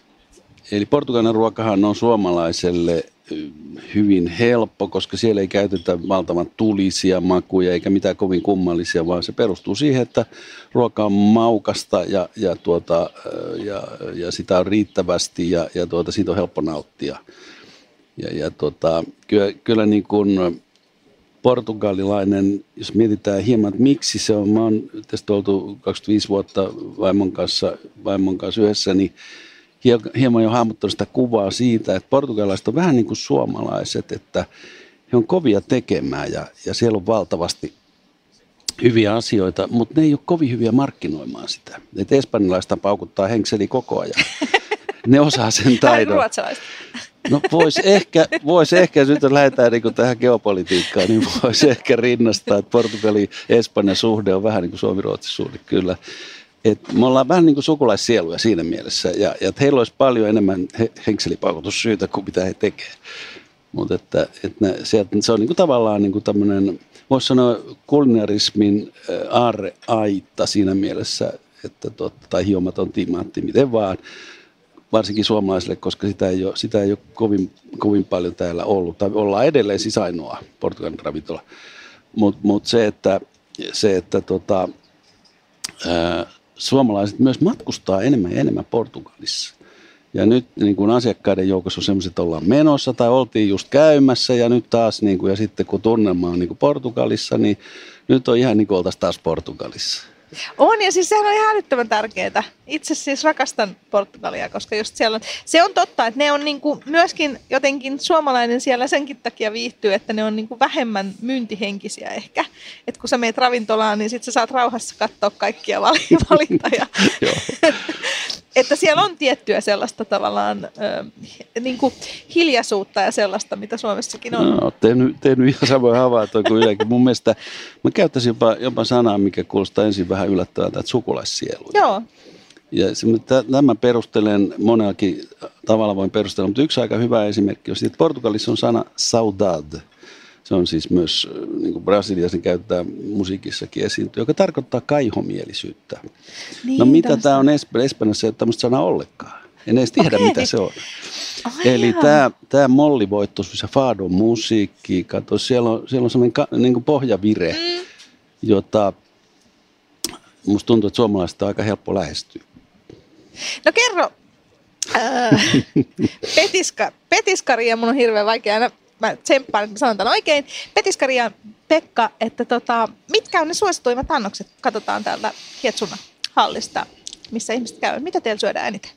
Eli portugalilainen ruokahan on suomalaiselle hyvin helppo, koska siellä ei käytetä valtavan tulisia makuja eikä mitään kovin kummallisia, vaan se perustuu siihen, että ruoka on maukasta ja, ja, tuota, ja, ja sitä on riittävästi ja, ja tuota, siitä on helppo nauttia. Ja, ja tuota, kyllä, kyllä niin kuin portugalilainen, jos mietitään hieman, että miksi se on, mä oon tästä oltu kaksikymmentäviisi vuotta vaimon kanssa, vaimon kanssa yhdessä, niin hieman jo hahmottanut sitä kuvaa siitä, että portugalilaiset on vähän niin kuin suomalaiset, että he on kovia tekemään ja, ja siellä on valtavasti hyviä asioita, mutta ne ei ole kovin hyviä markkinoimaan sitä. Että espanjalaista paukuttaa henkseli koko ajan. Ne osaa sen taidon. Tai ruotsalaiset. No voisi ehkä, vois ehkä, jos nyt lähdetään niin tähän geopolitiikkaan, niin voisi ehkä rinnastaa, että Portugali-Espanjan suhde on vähän niin kuin Suomi-Ruotsin suhde, kyllä. Et me ollaan vähän niin kuin sukulaiссieluja siinä mielessä, ja, ja että heillä olisi paljon enemmän he, henkselipaukutussyytä kuin mitä he tekevät. Mutta että, että ne, se on niin kuin tavallaan niin kuin tämmöinen, voisi sanoa kulinarismin aarreaitta siinä mielessä, että totta, tai hiomaton timantti, miten vaan, varsinkin suomalaisille, koska sitä ei ole, sitä ei ole kovin, kovin paljon täällä ollut. Tai ollaan edelleen siis ainoa Portugalin ravintola. Mutta mut se, että, se, että tota, ää, suomalaiset myös matkustaa enemmän ja enemmän Portugalissa. Ja nyt niin kuin asiakkaiden joukossa on sellaiset, että ollaan menossa tai oltiin just käymässä ja nyt taas, niin kuin, ja sitten kun tunnelma on niin kuin Portugalissa, niin nyt on ihan niin kuin oltaisiin taas Portugalissa. On, ja siis sehän on ihan älyttömän tärkeää. Itse siis rakastan Portugalia, koska just siellä on, se on totta, että ne on niinku myöskin jotenkin suomalainen siellä senkin takia viihtyy, että ne on niinku vähemmän myyntihenkisiä ehkä. Että kun sä meet ravintolaan, niin sit sä saat rauhassa katsoa kaikkia valintoja. että siellä on tiettyä sellaista tavallaan ö, niin kuin hiljaisuutta ja sellaista, mitä Suomessakin on. No, tehnyt, tehnyt ihan samoin havaintoja kuin Ylekin. Mun mielestä mä käyttäisin jopa, jopa sanaa, mikä kuulostaa ensin vähän yllättävältä, että sukulaissielu. Joo. Ja tämän perustelen monellakin tavalla voin perustella, mutta yksi aika hyvä esimerkki on, että Portugalissa on sana saudade. Se on siis myös, niin kuin Brasiliassa käytetään musiikissakin esiintyy, joka tarkoittaa kaihomielisyyttä. Niin, no mitä tämmöistä. Tämä on Esp- Espanjassa, ei ole tämmöistä sanaa ollenkaan. En edes tiedä, okay. mitä se on. Oh, Eli tämä, tämä mollivoittoisuus ja fado musiikki, kato, siellä on, siellä on sellainen ka, niin kuin pohjavire, mm. jota musta tuntuu, että suomalaiset on aika helppo lähestyä. No kerro, äh, petiska, petiskari, ja mun on hirveän vaikea aina, mä tsemppaan, että mä sanon tämän oikein. Petiskari ja Pekka, että tota, mitkä on ne suosituimmat annokset? Katsotaan täältä Hietsun hallista, missä ihmiset käy. Mitä teillä syödään eniten?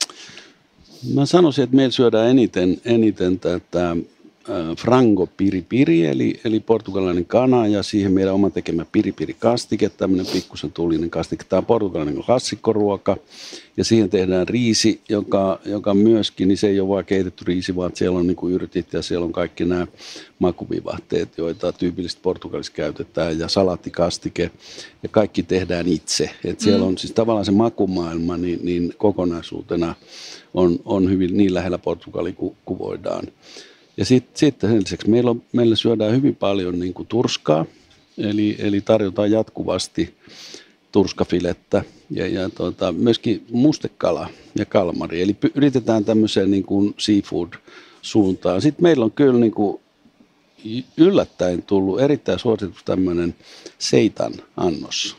Mä sanoisin, että meillä syödään eniten, eniten tätä äh, frango piripiri, eli, eli portugalainen kana, ja siihen meidän oma tekemä piripiri-kastike, tämmöinen pikkusen tulinen kastike. Tämä on portugalainen klassikkoruoka, ja siihen tehdään riisi, joka, joka myöskin, niin se ei ole vain keitetty riisi, vaan siellä on niin kuin yrtit ja siellä on kaikki nämä makuvivahteet, joita tyypillisesti Portugalissa käytetään, ja salaattikastike, ja kaikki tehdään itse. Et siellä on siis tavallaan se makumaailma niin, niin kokonaisuutena on, on hyvin niin lähellä Portugalia kuin ku voidaan. Ja sitten sit sen lisäksi meillä, on, meillä syödään hyvin paljon niin kuin turskaa, eli, eli tarjotaan jatkuvasti turskafilettä ja, ja tuota, myöskin mustekala ja kalmari. Eli py, yritetään tämmöiseen niin kuin seafood-suuntaan. Sitten meillä on kyllä niin kuin yllättäen tullut erittäin suosituksi tämmöinen seitan annos,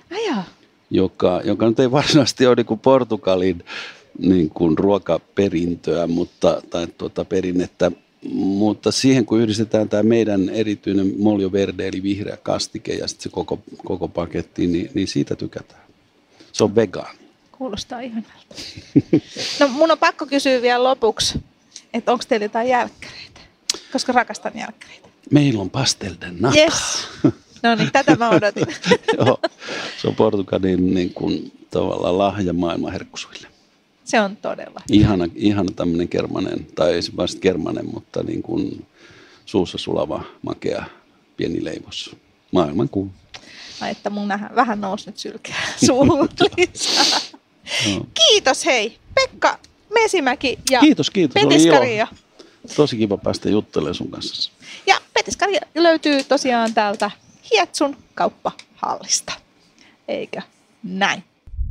joka, joka nyt ei varsinaisesti ole niin kuin Portugalin niin kuin ruokaperintöä mutta, tai tuota perinnettä, mutta siihen kun yhdistetään tämä meidän erityinen molio verde eli vihreä kastike ja sitten se koko, koko paketti, niin, niin siitä tykätään. Se on vegaani. Kuulostaa ihanalta. No mun on pakko kysyä vielä lopuksi, että onko teillä jotain jälkkäreitä, koska rakastan jälkkäreitä. Meillä on pastel de nata. Yes. No niin, tätä mä odotin. Joo, se on Portugalin niin kuin, tavallaan lahja maailman herkkusuille. Se on todella. Ihana, ihana tämmöinen kermanen, tai ei se vasta kermanen, mutta niin kuin suussa sulava, makea, pieni leivos. Maailman kuulu. Ai, että mun vähän nousi nyt sylkeä suuhun lisää. No. Kiitos hei, Pekka Mesimäki ja kiitos, kiitos. Petiskari. Oli tosi kiva päästä juttelemaan sun kanssa. Ja Petiskari löytyy tosiaan täältä Hietsun kauppahallista. Eikö näin?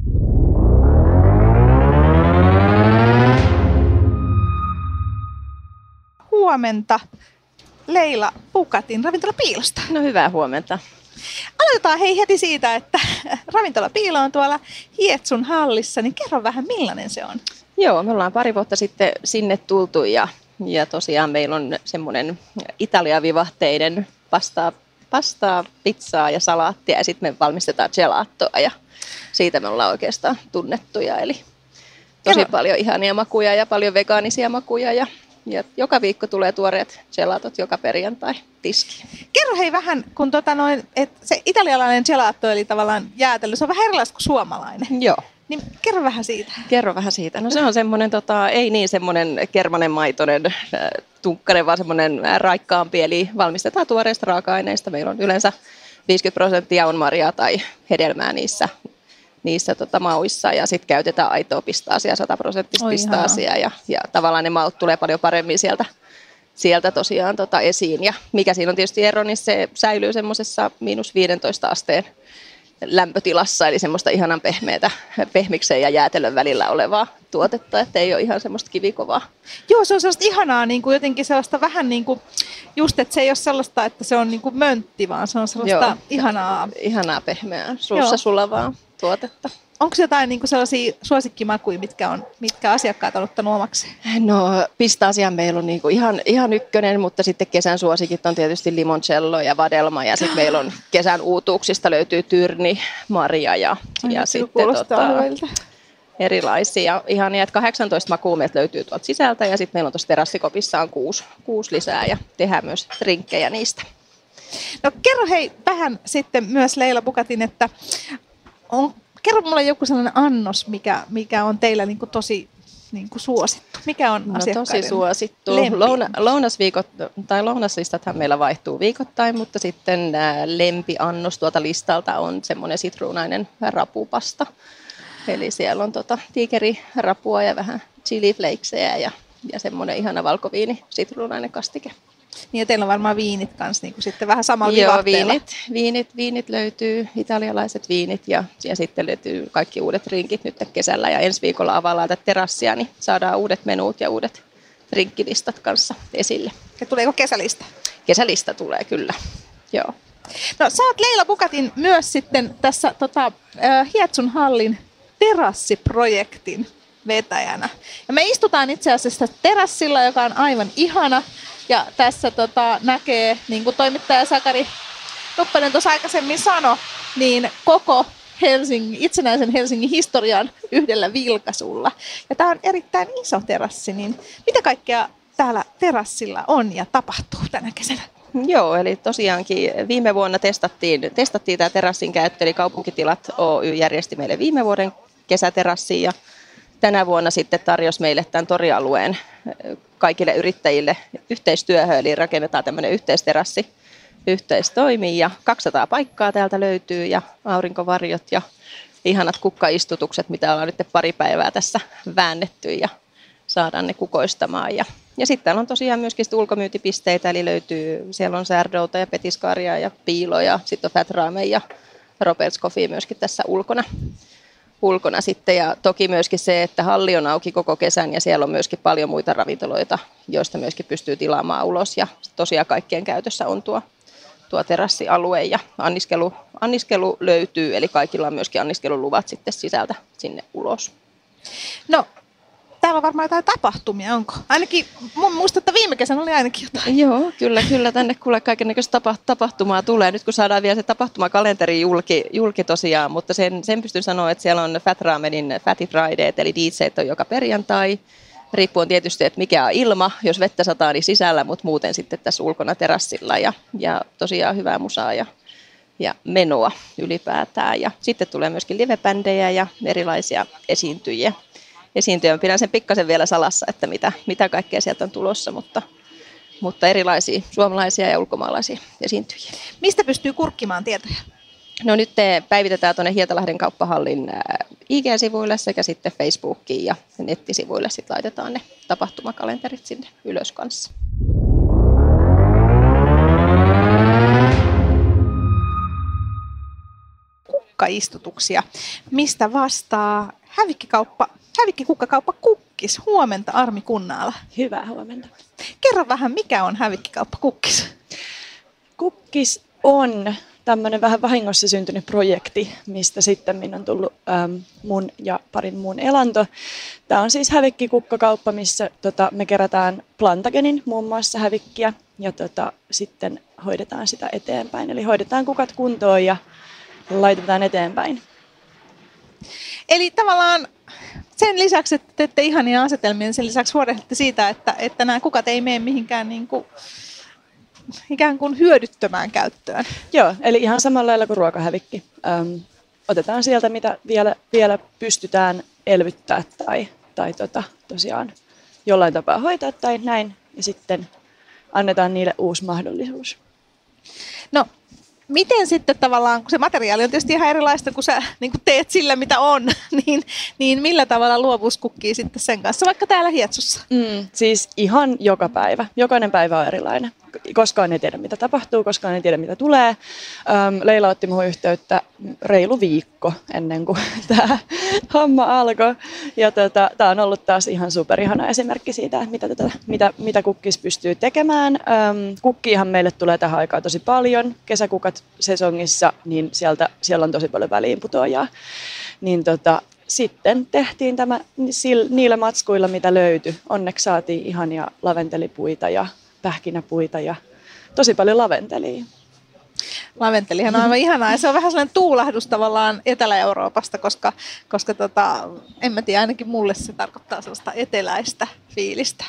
Huomenta Leila Pukatin Ravintola Piilosta. No hyvää huomenta. Aloitetaan hei heti siitä, että Ravintola Piilo on tuolla Hietsun hallissa, niin kerro vähän millainen se on. Joo, me ollaan pari vuotta sitten sinne tultu ja, ja tosiaan meillä on semmoinen italiavivahteinen pastaa, pastaa, pizzaa ja salaattia ja sitten me valmistetaan gelatoa ja siitä me ollaan oikeastaan tunnettuja. Eli tosi kerro. Paljon ihania makuja ja paljon vegaanisia makuja ja Ja joka viikko tulee tuoreet gelatot joka perjantai tiskiin. Kerro hei vähän, kun tota noin, että se italialainen gelato eli tavallaan jäätelö, se on vähän erilaista kuin suomalainen. Joo. Niin kerro vähän siitä. Kerro vähän siitä. No se on semmoinen, tota, ei niin semmoinen kermanen maitoinen äh, tunkkainen, vaan semmoinen raikkaampi. Eli valmistetaan tuoreista raaka-aineista. Meillä on yleensä viisikymmentä prosenttia on marjaa tai hedelmää niissä. niissä tota, mauissa ja sitten käytetään aitoa pistaasia, sata prosenttista pistaasia ja, ja tavallaan ne maut tulee paljon paremmin sieltä, sieltä tosiaan tota, esiin. Ja mikä siinä on tietysti ero, niin se säilyy semmoisessa miinus viidentoista asteen lämpötilassa, eli semmoista ihanan pehmeätä pehmiksen ja jäätelön välillä olevaa tuotetta, että ei ole ihan semmoista kivikovaa. Joo, se on sellaista ihanaa, niin kuin jotenkin sellaista vähän niin kuin, just että se ei ole sellaista, että se on niin kuin möntti, vaan se on sellaista Joo, ihanaa. Ihanaa pehmeää, suussa Joo. sulavaa tuotetta. Onko jotain niin kuin sellaisia suosikkimakuja, mitkä, on, mitkä asiakkaat on ottanut omakseen? No pistaasia meillä on niin kuin ihan, ihan ykkönen, mutta sitten kesän suosikit on tietysti limoncello ja vadelma ja sitten meillä on kesän uutuuksista löytyy tyrni, marja ja, ja sitten tota, erilaisia. Ihania, että kahdeksantoista makua meiltä löytyy tuolta sisältä ja sitten meillä on tuossa terassikopissa on kuusi, kuusi lisää ja tehdään myös drinkkejä niistä. No kerro hei vähän sitten myös Leila Pukatin, että on, kerro mulle joku sellainen annos, mikä, mikä on teillä niin kuin tosi niin kuin suosittu? Mikä on no, asiakkaiden tosi suosittu. lempi? Louna, lounasviikot, tai lounaslistathan meillä vaihtuu viikoittain, mutta sitten ää, lempiannos tuolta listalta on semmoinen sitruunainen rapupasta. Eli siellä on tota tiikerirapua ja vähän chiliflakesejä ja, ja semmoinen ihana valkoviini, sitruunainen kastike. Niin ja teillä on varmaan viinit kanssa niin kuin sitten vähän samalla Joo, vivahteella. viinit, viinit, viinit löytyy, italialaiset viinit ja, ja sitten löytyy kaikki uudet rinkit nyt kesällä. Ja ensi viikolla availlaan tätä terassia, niin saadaan uudet menuut ja uudet rinkkilistat kanssa esille. Ja tuleeko kesälista? Kesälista tulee kyllä, joo. No sä oot Leila Bukatin myös sitten tässä tota, äh, Hietsun hallin terassiprojektin vetäjänä. Ja me istutaan itse asiassa terassilla, joka on aivan ihana. Ja tässä tota, näkee, niin kuin toimittaja Sakari Nuppanen tuossa aikaisemmin sanoi, niin koko Helsingin, itsenäisen Helsingin historian yhdellä vilkaisulla. Ja tämä on erittäin iso terassi, niin mitä kaikkea täällä terassilla on ja tapahtuu tänä kesänä? Joo, eli tosiaankin viime vuonna testattiin, testattiin tämä terassin käyttö, eli Kaupunkitilat Oy järjesti meille viime vuoden kesäterassin ja tänä vuonna sitten tarjosi meille tämän torialueen kaikille yrittäjille yhteistyöhön, eli rakennetaan tämmöinen yhteisterassi, yhteistoimi ja kaksisataa paikkaa täältä löytyy ja aurinkovarjot ja ihanat kukkaistutukset, mitä ollaan nyt pari päivää tässä väännetty ja saadaan ne kukoistamaan. Ja, ja sitten täällä on tosiaan myöskin ulkomyyntipisteitä, eli löytyy, siellä on Särdouta ja Petiskaria ja Piilo ja sitten on Fat Ramen ja Robert's Coffee myöskin tässä ulkona. ulkona sitten ja toki myöskin se, että halli on auki koko kesän ja siellä on myöskin paljon muita ravintoloita, joista myöskin pystyy tilaamaan ulos ja tosiaan kaikkien käytössä on tuo, tuo terassialue ja anniskelu, anniskelu löytyy, eli kaikilla on myöskin anniskeluluvat sitten sisältä sinne ulos. No, täällä on varmaan jotain tapahtumia, onko? Ainakin, mun muista, että viime kesänä oli ainakin jotain. Joo, kyllä, kyllä tänne kuule kaikennäköistä tapahtumaa tulee. Nyt kun saadaan vielä se tapahtumakalenteri julki, julki tosiaan, mutta sen, sen pystyn sanoa, että siellä on Fat Ramenin Fatty Friday, eli D J:t on joka perjantai. Riippuen tietysti, että mikä on ilma, jos vettä sataa, niin sisällä, mutta muuten sitten tässä ulkona terassilla ja, ja tosiaan hyvää musaa ja, ja menoa ylipäätään. Ja sitten tulee myöskin livebändejä ja erilaisia esiintyjiä. esiintyjä. Pidän sen pikkasen vielä salassa, että mitä, mitä kaikkea sieltä on tulossa, mutta, mutta erilaisia suomalaisia ja ulkomaalaisia esiintyjiä. Mistä pystyy kurkkimaan tietoja? No nyt te päivitetään tuonne Hietalahden kauppahallin I G-sivuille sekä sitten Facebookiin ja nettisivuille sitten laitetaan ne tapahtumakalenterit sinne ylös kanssa. Kukkaistutuksia. Mistä vastaa hävikkikauppa, hävikkikukkakauppa Kukkis? Huomenta Armi Kunnaala. Hyvää huomenta. Kerro vähän, mikä on hävikkikauppa Kukkis? Kukkis on tämmöinen vähän vahingossa syntynyt projekti, mistä sitten on tullut ähm, mun ja parin muun elanto. Tämä on siis hävikkikukkakauppa, missä tota, me kerätään Plantagenin muun muassa hävikkiä ja tota, sitten hoidetaan sitä eteenpäin. Eli hoidetaan kukat kuntoon ja laitetaan eteenpäin. Eli tavallaan sen lisäksi, että teette ihania asetelmia, niin sen lisäksi huolehditte siitä, että, että nämä kukat ei mene mihinkään niin kuin, ikään kuin hyödyttömään käyttöön. Joo, eli ihan samalla lailla kuin ruokahävikki. Öm, otetaan sieltä, mitä vielä, vielä pystytään elvyttää tai, tai tota, tosiaan jollain tapaa hoitaa tai näin, ja sitten annetaan niille uusi mahdollisuus. No, miten sitten tavallaan, kun se materiaali on tietysti ihan erilaista, kun sä niin kun teet sillä, mitä on, niin, niin millä tavalla luovuus kukkii sitten sen kanssa, vaikka täällä Hietsussa? Mm, siis ihan joka päivä. Jokainen päivä on erilainen. Koskaan ei tiedä, mitä tapahtuu, koskaan ei tiedä, mitä tulee. Ähm, Leila otti minuun yhteyttä reilu viikko ennen kuin tämä homma alkoi. Ja tota, tämä on ollut taas ihan superihana esimerkki siitä, että mitä, tota, mitä, mitä kukkis pystyy tekemään. Ähm, kukkiihan meille tulee tähän aikaan tosi paljon. Kesäkukat sesongissa, niin sieltä, siellä on tosi paljon väliinputoajaa. Niin tota, sitten tehtiin tämä niillä matskuilla, mitä löytyi. Onneksi saatiin ihania laventelipuita ja pähkinäpuita ja tosi paljon laventelia. Laventelihan on aivan ihanaa ja se on vähän sellainen tuulahdus tavallaan Etelä-Euroopasta, koska, koska tota, en mä tiedä, ainakin mulle se tarkoittaa sellaista eteläistä fiilistä.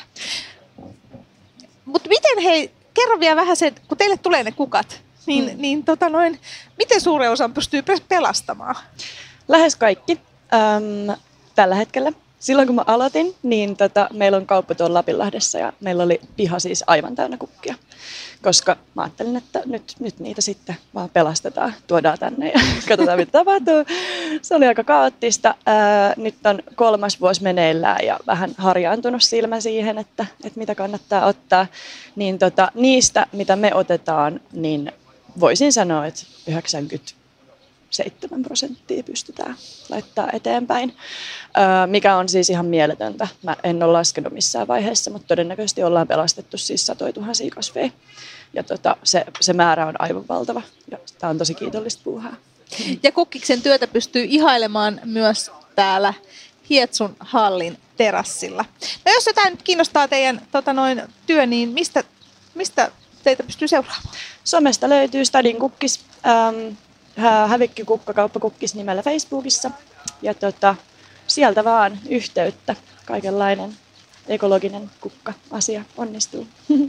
Mutta miten hei, kerro vielä vähän se, kun teille tulee ne kukat, niin, hmm. niin tota noin, miten suuren osan pystyy pelastamaan? Lähes kaikki. Öm, tällä hetkellä. silloin kun mä aloitin, niin tota, meillä on kauppa tuolla Lapinlahdessa ja meillä oli piha siis aivan täynnä kukkia. Koska mä ajattelin, että nyt, nyt niitä sitten vaan pelastetaan, tuodaan tänne ja katsotaan mitä tapahtuu. Se oli aika kaoottista. Ää, nyt on kolmas vuosi meneillään ja vähän harjaantunut silmä siihen, että, että mitä kannattaa ottaa. Niin tota, niistä, mitä me otetaan, niin voisin sanoa, että yhdeksänkymmentäseitsemän prosenttia pystytään laittaa eteenpäin, ää, mikä on siis ihan mieletöntä. Mä en ole laskenut missään vaiheessa, mutta todennäköisesti ollaan pelastettu siis satoja tuhansia kasveja. Ja tota, se, se määrä on aivan valtava ja tämä on tosi kiitollista puuhaa. Ja Kukkiksen työtä pystyy ihailemaan myös täällä Hietsun hallin terassilla. No jos jotain nyt kiinnostaa teidän tota noin, työ, niin mistä, mistä teitä pystyy seuraamaan? Somesta löytyy Stadin kukkis, ähm, hävikki kukka kauppa kukkis nimellä Facebookissa. Ja tota, sieltä vaan yhteyttä, kaikenlainen ekologinen kukka-asia onnistuu.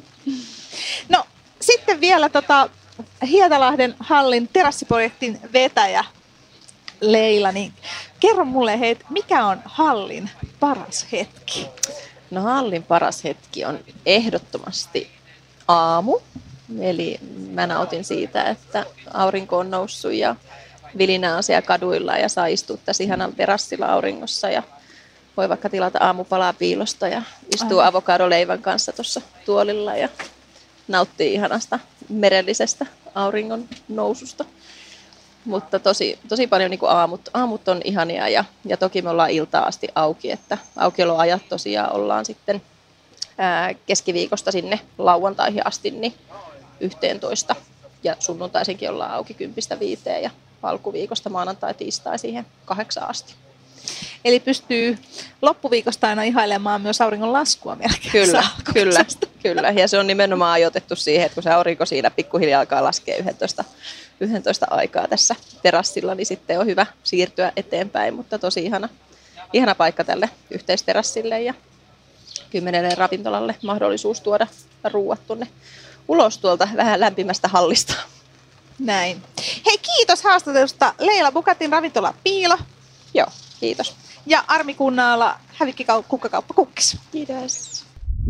No sitten vielä tota, Hietalahden hallin terassiprojektin vetäjä Leila, niin kerro mulle hei, mikä on hallin paras hetki? No hallin paras hetki on ehdottomasti aamu. Eli mä nautin siitä, että aurinko on noussut ja vilinää on siellä kaduilla ja saa istua tässä ihanalla terassilla auringossa ja voi vaikka tilata aamupalaa piilosta ja istuu Aivan. avokadoleivän kanssa tuossa tuolilla ja nauttii ihanasta merellisestä auringon noususta. Mutta tosi, tosi paljon niin kuin aamut, aamut on ihania ja, ja toki me ollaan iltaan asti auki, että aukioloajat tosiaan ollaan sitten ää, keskiviikosta sinne lauantaihin asti niin yhteentoista ja sunnuntaisinkin ollaan auki kympistä viiteen ja alkuviikosta maanantai tiistai siihen kahdeksaan asti. Eli pystyy loppuviikosta aina ihailemaan myös auringon laskua melkein. Kyllä, kyllä, kyllä. Ja se on nimenomaan ajoitettu siihen, että kun se aurinko siinä pikkuhiljaa alkaa laskea yksitoista, yksitoista aikaa tässä terassilla, niin sitten on hyvä siirtyä eteenpäin. Mutta tosi ihana, ihana paikka tälle yhteisterassille ja kymmenelle ravintolalle mahdollisuus tuoda ruuat tuonne ulos tuolta vähän lämpimästä hallista. Näin. Hei, kiitos haastattelusta Leila Bukatin ravintola Piilo. Joo, kiitos. Ja Armi Kunnaala, hävikki kukkakauppa Kukkis. Kiitos.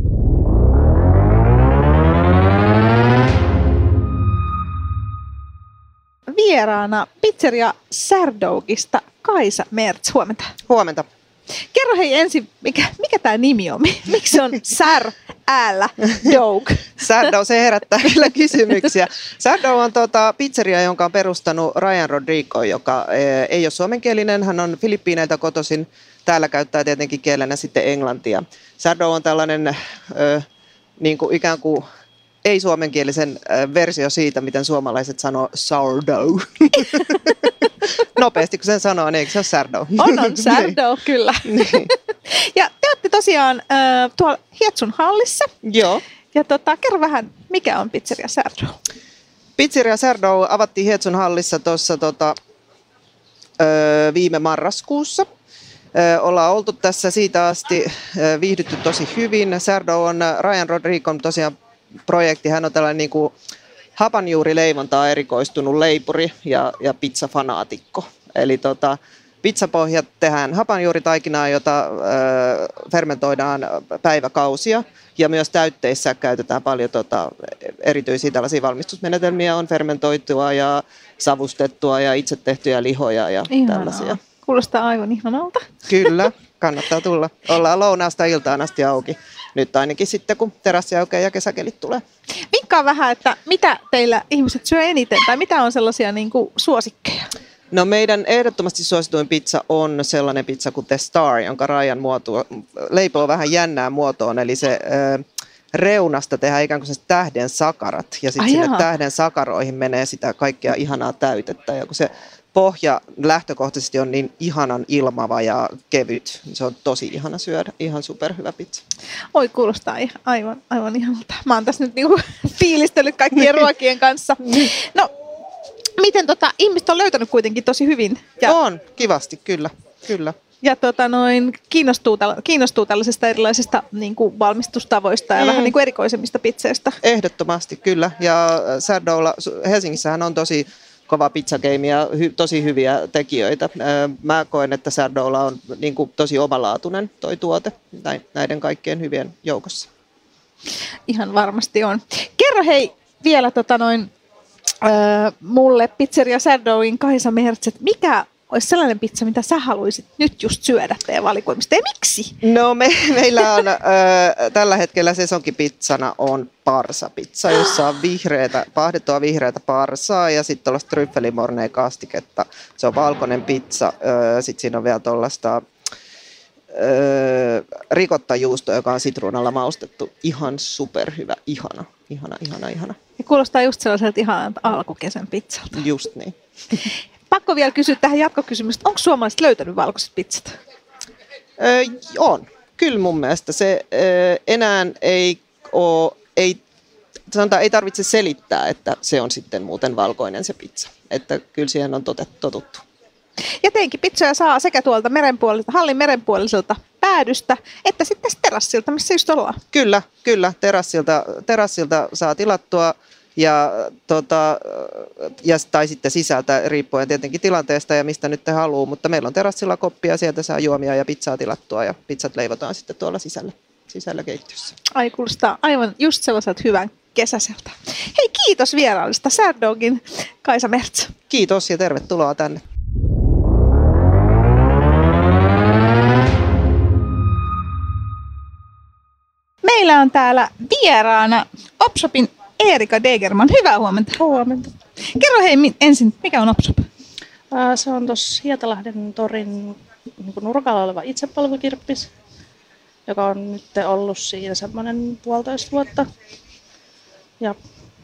Vieraana pizzeria Särdogista Kaisa Mertz. Huomenta. Huomenta. Kerro hei ensin, mikä, mikä tämä nimi on? Miksi se on Sär, äällä, Dog? Särdow, se herättää kyllä kysymyksiä. Särdow on tuota, pizzeria, jonka on perustanut Ryan Rodrigo, joka e, ei ole suomenkielinen. Hän on Filippiineiltä kotoisin. Täällä käyttää tietenkin kielenä sitten englantia. Särdow on tällainen ö, niin kuin ikään kuin ei-suomenkielisen versio siitä, miten suomalaiset sanoo sourdough. Nopeasti kun sen sanoo, niin eikö se ole Särdow? On, on Särdow, kyllä. Niin. Ja te olette tosiaan äh, tuolla Hietsun hallissa. Joo. Ja tota, kerro vähän, mikä on pizzeria Särdow? Pizzeria Särdow avattiin Hietsun hallissa tuossa tota, ö, viime marraskuussa. Ö, ollaan oltu tässä siitä asti, ö, viihdytty tosi hyvin. Särdow on Ryan Rodrigon tosiaan projekti. Hän on tällainen niin kuin hapanjuurileivontaa erikoistunut leipuri ja, ja pizzafanaatikko. Eli tota, pizzapohjat tehdään hapanjuuritaikinaa, jota ö, fermentoidaan päiväkausia. Ja myös täytteissä käytetään paljon tota, erityisiä tällaisia valmistusmenetelmiä. On fermentoitua ja savustettua ja itse tehtyjä lihoja ja Ihanaa. Tällaisia. Kuulostaa aivan ihanalta. Kyllä, kannattaa tulla. Ollaan lounaasta iltaan asti auki. Nyt ainakin sitten, kun terassi aukeaa ja kesäkelit tulee. Vinkkaa vähän, että mitä teillä ihmiset syö eniten tai mitä on sellaisia niin kuin suosikkeja? No meidän ehdottomasti suosituin pizza on sellainen pizza kuin The Star, jonka Ryan muotoa, leipoo vähän jännään muotoon. Eli se ö, reunasta tehdään ikään kuin se tähden sakarat ja sitten sinne jaha. tähden sakaroihin menee sitä kaikkea ihanaa täytettä. Ja kun se pohja lähtökohtaisesti on niin ihanan ilmava ja kevyt, se on tosi ihana syödä. Ihan superhyvä pizza. Oi, kuulostaa aivan, aivan ihanalta. Mä oon tässä nyt niinku fiilistellyt kaikkien ruokien kanssa. No, miten tota, ihmiset on löytänyt kuitenkin tosi hyvin? Ja, On, kivasti, kyllä. kyllä. ja tota noin, kiinnostuu, kiinnostuu tällaisista erilaisista niin kuin valmistustavoista ja Mm. vähän niin kuin erikoisemmista pizzeistä. Ehdottomasti, kyllä. Ja Särdowlla, Helsingissähän on tosi kova pizzakeimi ja hy, tosi hyviä tekijöitä. Mä koen, että Sourdoughlla on niin kuin tosi omalaatuinen toi tuote näiden kaikkien hyvien joukossa. Ihan varmasti on. Kerro hei vielä tota noin, äh, mulle Pizzeria Sourdoughin Kaisa Mertz, että mikä olisi sellainen pizza, mitä sä haluaisit nyt just syödä teidän valikoimista, ja miksi? No me, meillä on äh, tällä hetkellä sesonkipizzana on parsapizza, jossa on vihreätä, pahdettua vihreätä parsaa ja sitten tuollaista tryffelimorneen kastiketta. Se on valkoinen pizza, äh, sitten siinä on vielä tuollaista äh, rikottajuustoa, joka on sitruunalla maustettu. Ihan superhyvä, ihana, ihana, ihana, ihana. Ja kuulostaa just sellaiselta ihan alkukesän pizzalta. Just niin. Pakko vielä kysyä tähän jatkokysymystä. Onko suomalaiset löytänyt valkoiset pizzat? Öö, on. Kyllä mun mielestä se öö, enää ei ole, ei, sanotaan, ei tarvitse selittää, että se on sitten muuten valkoinen se pizza. Että kyllä siihen on totet, totuttu. Ja teinkin pizzoja saa sekä tuolta merenpuoliselta, hallin merenpuoliselta päädystä, että sitten terassilta, missä just ollaan. Kyllä, kyllä. Terassilta, terassilta saa tilattua. Ja, tota, ja, tai sitten sisältä, riippuen tietenkin tilanteesta ja mistä nyt te haluaa, mutta meillä on terassilla koppia, sieltä saa juomia ja pizzaa tilattua ja pizzat leivotaan sitten tuolla sisällä, sisällä keittiössä. Ai kuulostaa aivan just sellaiselta hyvän kesäiseltä. Hei, kiitos vierailusta Sourdoughin Kaisa Mertz. Kiitos ja tervetuloa tänne. Meillä on täällä vieraana Opshopin Erika Degerman. Hyvää huomenta. Huomenta. Kerro hei ensin, mikä on Opshop? Se on tuossa Hietalahden torin niin nurkalla oleva itsepalvelukirppis, joka on nyt ollut siinä semmoinen puolitoista vuotta. Ja,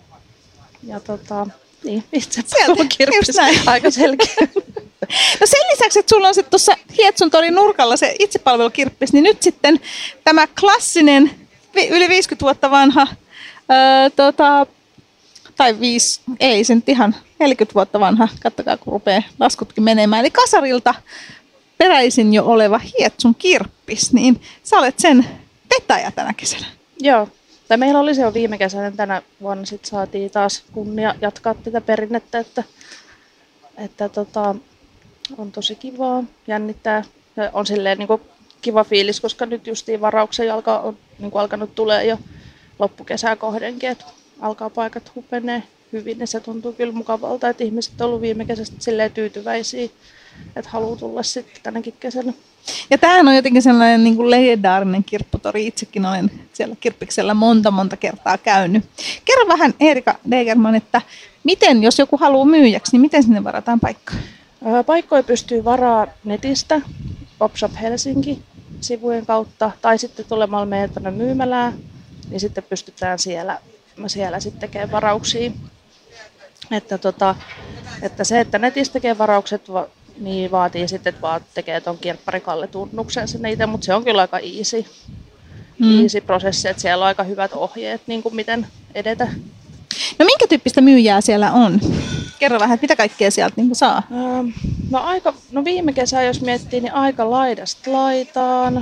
ja tota, niin, itsepalvelukirppis, aika selkeä. No sen lisäksi, että sulla on sitten tuossa Hietsun torin nurkalla se itsepalvelukirppis, niin nyt sitten tämä klassinen, yli viisikymmentä vuotta vanha, Öö, tota, tai viisi, ei se nyt ihan neljäkymmentä vuotta vanha, katsokaa kun rupeaa laskutkin menemään. Eli kasarilta peräisin jo oleva Hietsun kirppis, niin sä olet sen vetäjä tänä kesänä. Joo, tai meillä oli se jo viime kesänä, tänä vuonna sitten saatiin taas kunnia jatkaa tätä perinnettä, että, että tota, on tosi kivaa, jännittää. On silleen niin kuin kiva fiilis, koska nyt justiin varauksen jalka on niin kuin alkanut tulee jo loppukesää kohdenkin, että alkaa paikat hupenee hyvin ja se tuntuu kyllä mukavalta, että ihmiset on ollut viime kesästä silleen tyytyväisiä, että haluaa tulla sitten tänäkin kesänä. Ja tämähän on jotenkin sellainen niin kuin legendaarinen kirpputori. Itsekin olen siellä kirppiksellä monta monta kertaa käynyt. Kerro vähän Erika Degerman, että miten, jos joku haluaa myyjäksi, niin miten sinne varataan paikkaa? Paikkoja pystyy varaamaan netistä, Opshop Helsinki sivujen kautta tai sitten tulemalla meidän tuonne myymälään. Niin sitten pystytään siellä, siellä sitten tekemään varauksia. Että, tota, että se, että netissä tekee varaukset, va, niin vaatii sitten, että vaan tekee tuon kirpparikalle-tunnuksen sinne itse, mutta se on kyllä aika easy, mm. easy prosessi, että siellä on aika hyvät ohjeet, niin kuin miten edetä. No minkä tyyppistä myyjää siellä on? Kerro vähän, että mitä kaikkea sieltä niin kuin saa? No, aika, no viime kesää, jos miettii, niin aika laidasta laitaan.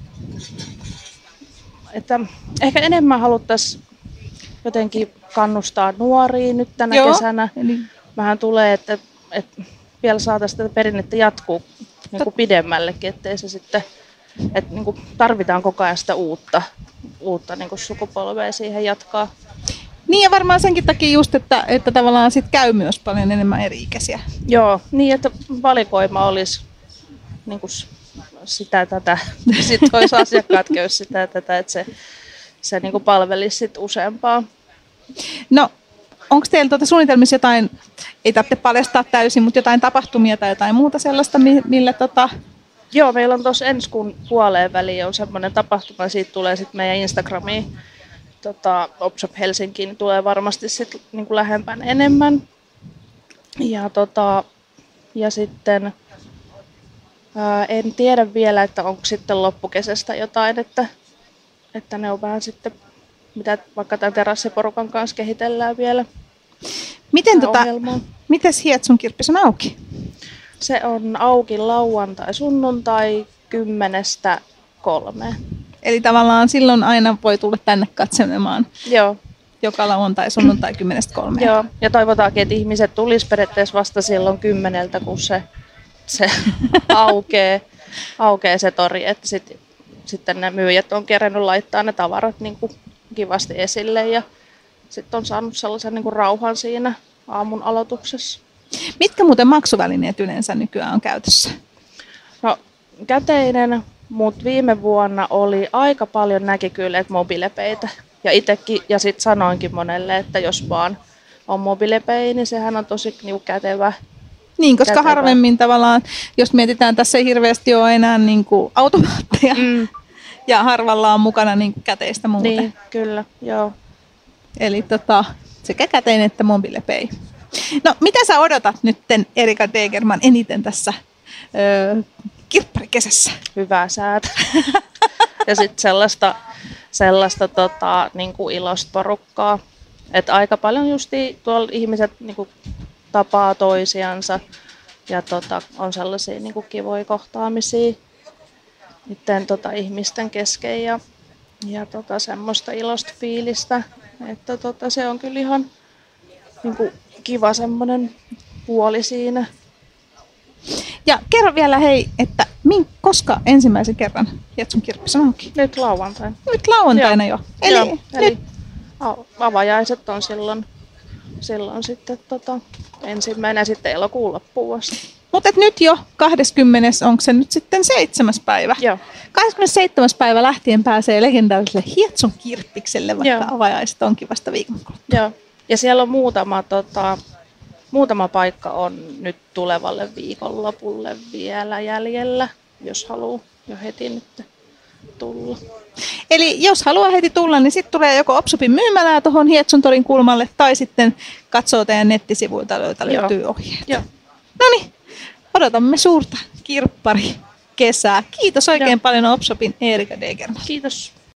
Että ehkä enemmän haluttaisiin jotenkin kannustaa nuoria nyt tänä Joo. kesänä. Eli... Vähän tulee, että, että vielä saataisiin tätä perinnettä jatkuu niin kuin pidemmällekin, ettei se sitten, että niin kuin tarvitaan koko ajan sitä uutta, uutta niin kuin sukupolvea siihen jatkaa. Niin ja varmaan senkin takia just, että, että tavallaan sit käy myös paljon enemmän eri-ikäisiä. Joo, niin että valikoima olisi niin kuin sitä tätä, sitten olisi asiakkaat käy sitä tätä, että se, se niin kuin palvelisi sit useampaa. No, onko teillä tuota suunnitelmissa jotain, ei tarvitse paljastaa täysin, mutta jotain tapahtumia tai jotain muuta sellaista, millä tota... Joo, meillä on tuossa ensi kuun puoleen väliin on semmoinen tapahtuma, siitä tulee sitten meidän Instagramiin, tota, Opshop Helsinki, niin tulee varmasti sitten niin kuin lähempään enemmän. Ja, tota, ja sitten... Ää, en tiedä vielä, että onko sitten loppukesästä jotain, että, että ne on vähän sitten, mitä vaikka tämän terassiporukan kanssa kehitellään vielä. Miten tota, mites Hietsun kirppis on auki? Se on auki lauantai, sunnuntai kymmenestä kolmeen. Eli tavallaan silloin aina voi tulla tänne katselemaan. Joo. joka lauantai, sunnuntai kymmenestä kolmeen. Joo, ja toivotaankin, että ihmiset tulisi periaatteessa vasta silloin kymmeneltä, kun se, se aukeaa, aukeaa se tori, että sit, sitten ne myyjät on kerännyt laittaa ne tavarat niin kuin kivasti esille ja sitten on saanut sellaisen niin kuin rauhan siinä aamun aloituksessa. Mitkä muuten maksuvälineet yleensä nykyään on käytössä? No käteinen, mutta viime vuonna oli aika paljon näki kyllä, että mobiilepeitä. Ja itsekin, ja sitten sanoinkin monelle, että jos vaan on mobiilepei, niin sehän on tosi niinku kätevä. Niin, koska kätevä. harvemmin tavallaan, jos mietitään, tässä ei hirveästi ole enää niinku automaatteja. Mm. Ja harvalla on mukana niinku käteistä muuten. Niin, kyllä, joo. Eli tota, sekä käteinen että mobiilepei. No, mitä sä odotat nytten Erika Degerman eniten tässä öö, kirpparikesässä? Hyvää säätä. Ja sitten sellaista, sellaista tota, niinku ilosta porukkaa. Että aika paljon justiin tuolla ihmiset niinku tapaa toisiansa ja tota, on sellaisia niinku kivoja kohtaamisia niiden tota, ihmisten kesken ja, ja tota, semmoista ilosta fiilistä. Että tota, se on kyllä ihan niinku kiva semmoinen puoli siinä. Ja kerro vielä hei, että min, koska ensimmäisen kerran Hietsun kirppis on auki? Nyt lauantaina. Nyt lauantaina jo. Eli, Joo, nyt. eli avajaiset on silloin, silloin sitten tota, ensimmäinen ja sitten elokuun loppuun asti. Mutta nyt jo kahdeskymmenes, onko se nyt sitten seitsemäs päivä? Joo. kahdeskymmenesseitsemäs päivä lähtien pääsee legendaariselle Hietsun kirppikselle, vaikka Joo. avajaiset onkin vasta viikon kuluttua. Joo. Ja siellä on muutama, tota, muutama paikka on nyt tulevalle viikonlopulle vielä jäljellä, jos haluaa jo heti nyt tulla. Eli jos haluaa heti tulla, niin sitten tulee joko Opsopin myymälää tuohon Hietsun torin kulmalle, tai sitten katsoo teidän nettisivuilta, joilta löytyy ohjeet. Joo. No niin, odotamme suurta kirppari kesää. Kiitos oikein Joo. paljon Opsopin Erika Degerman. Kiitos.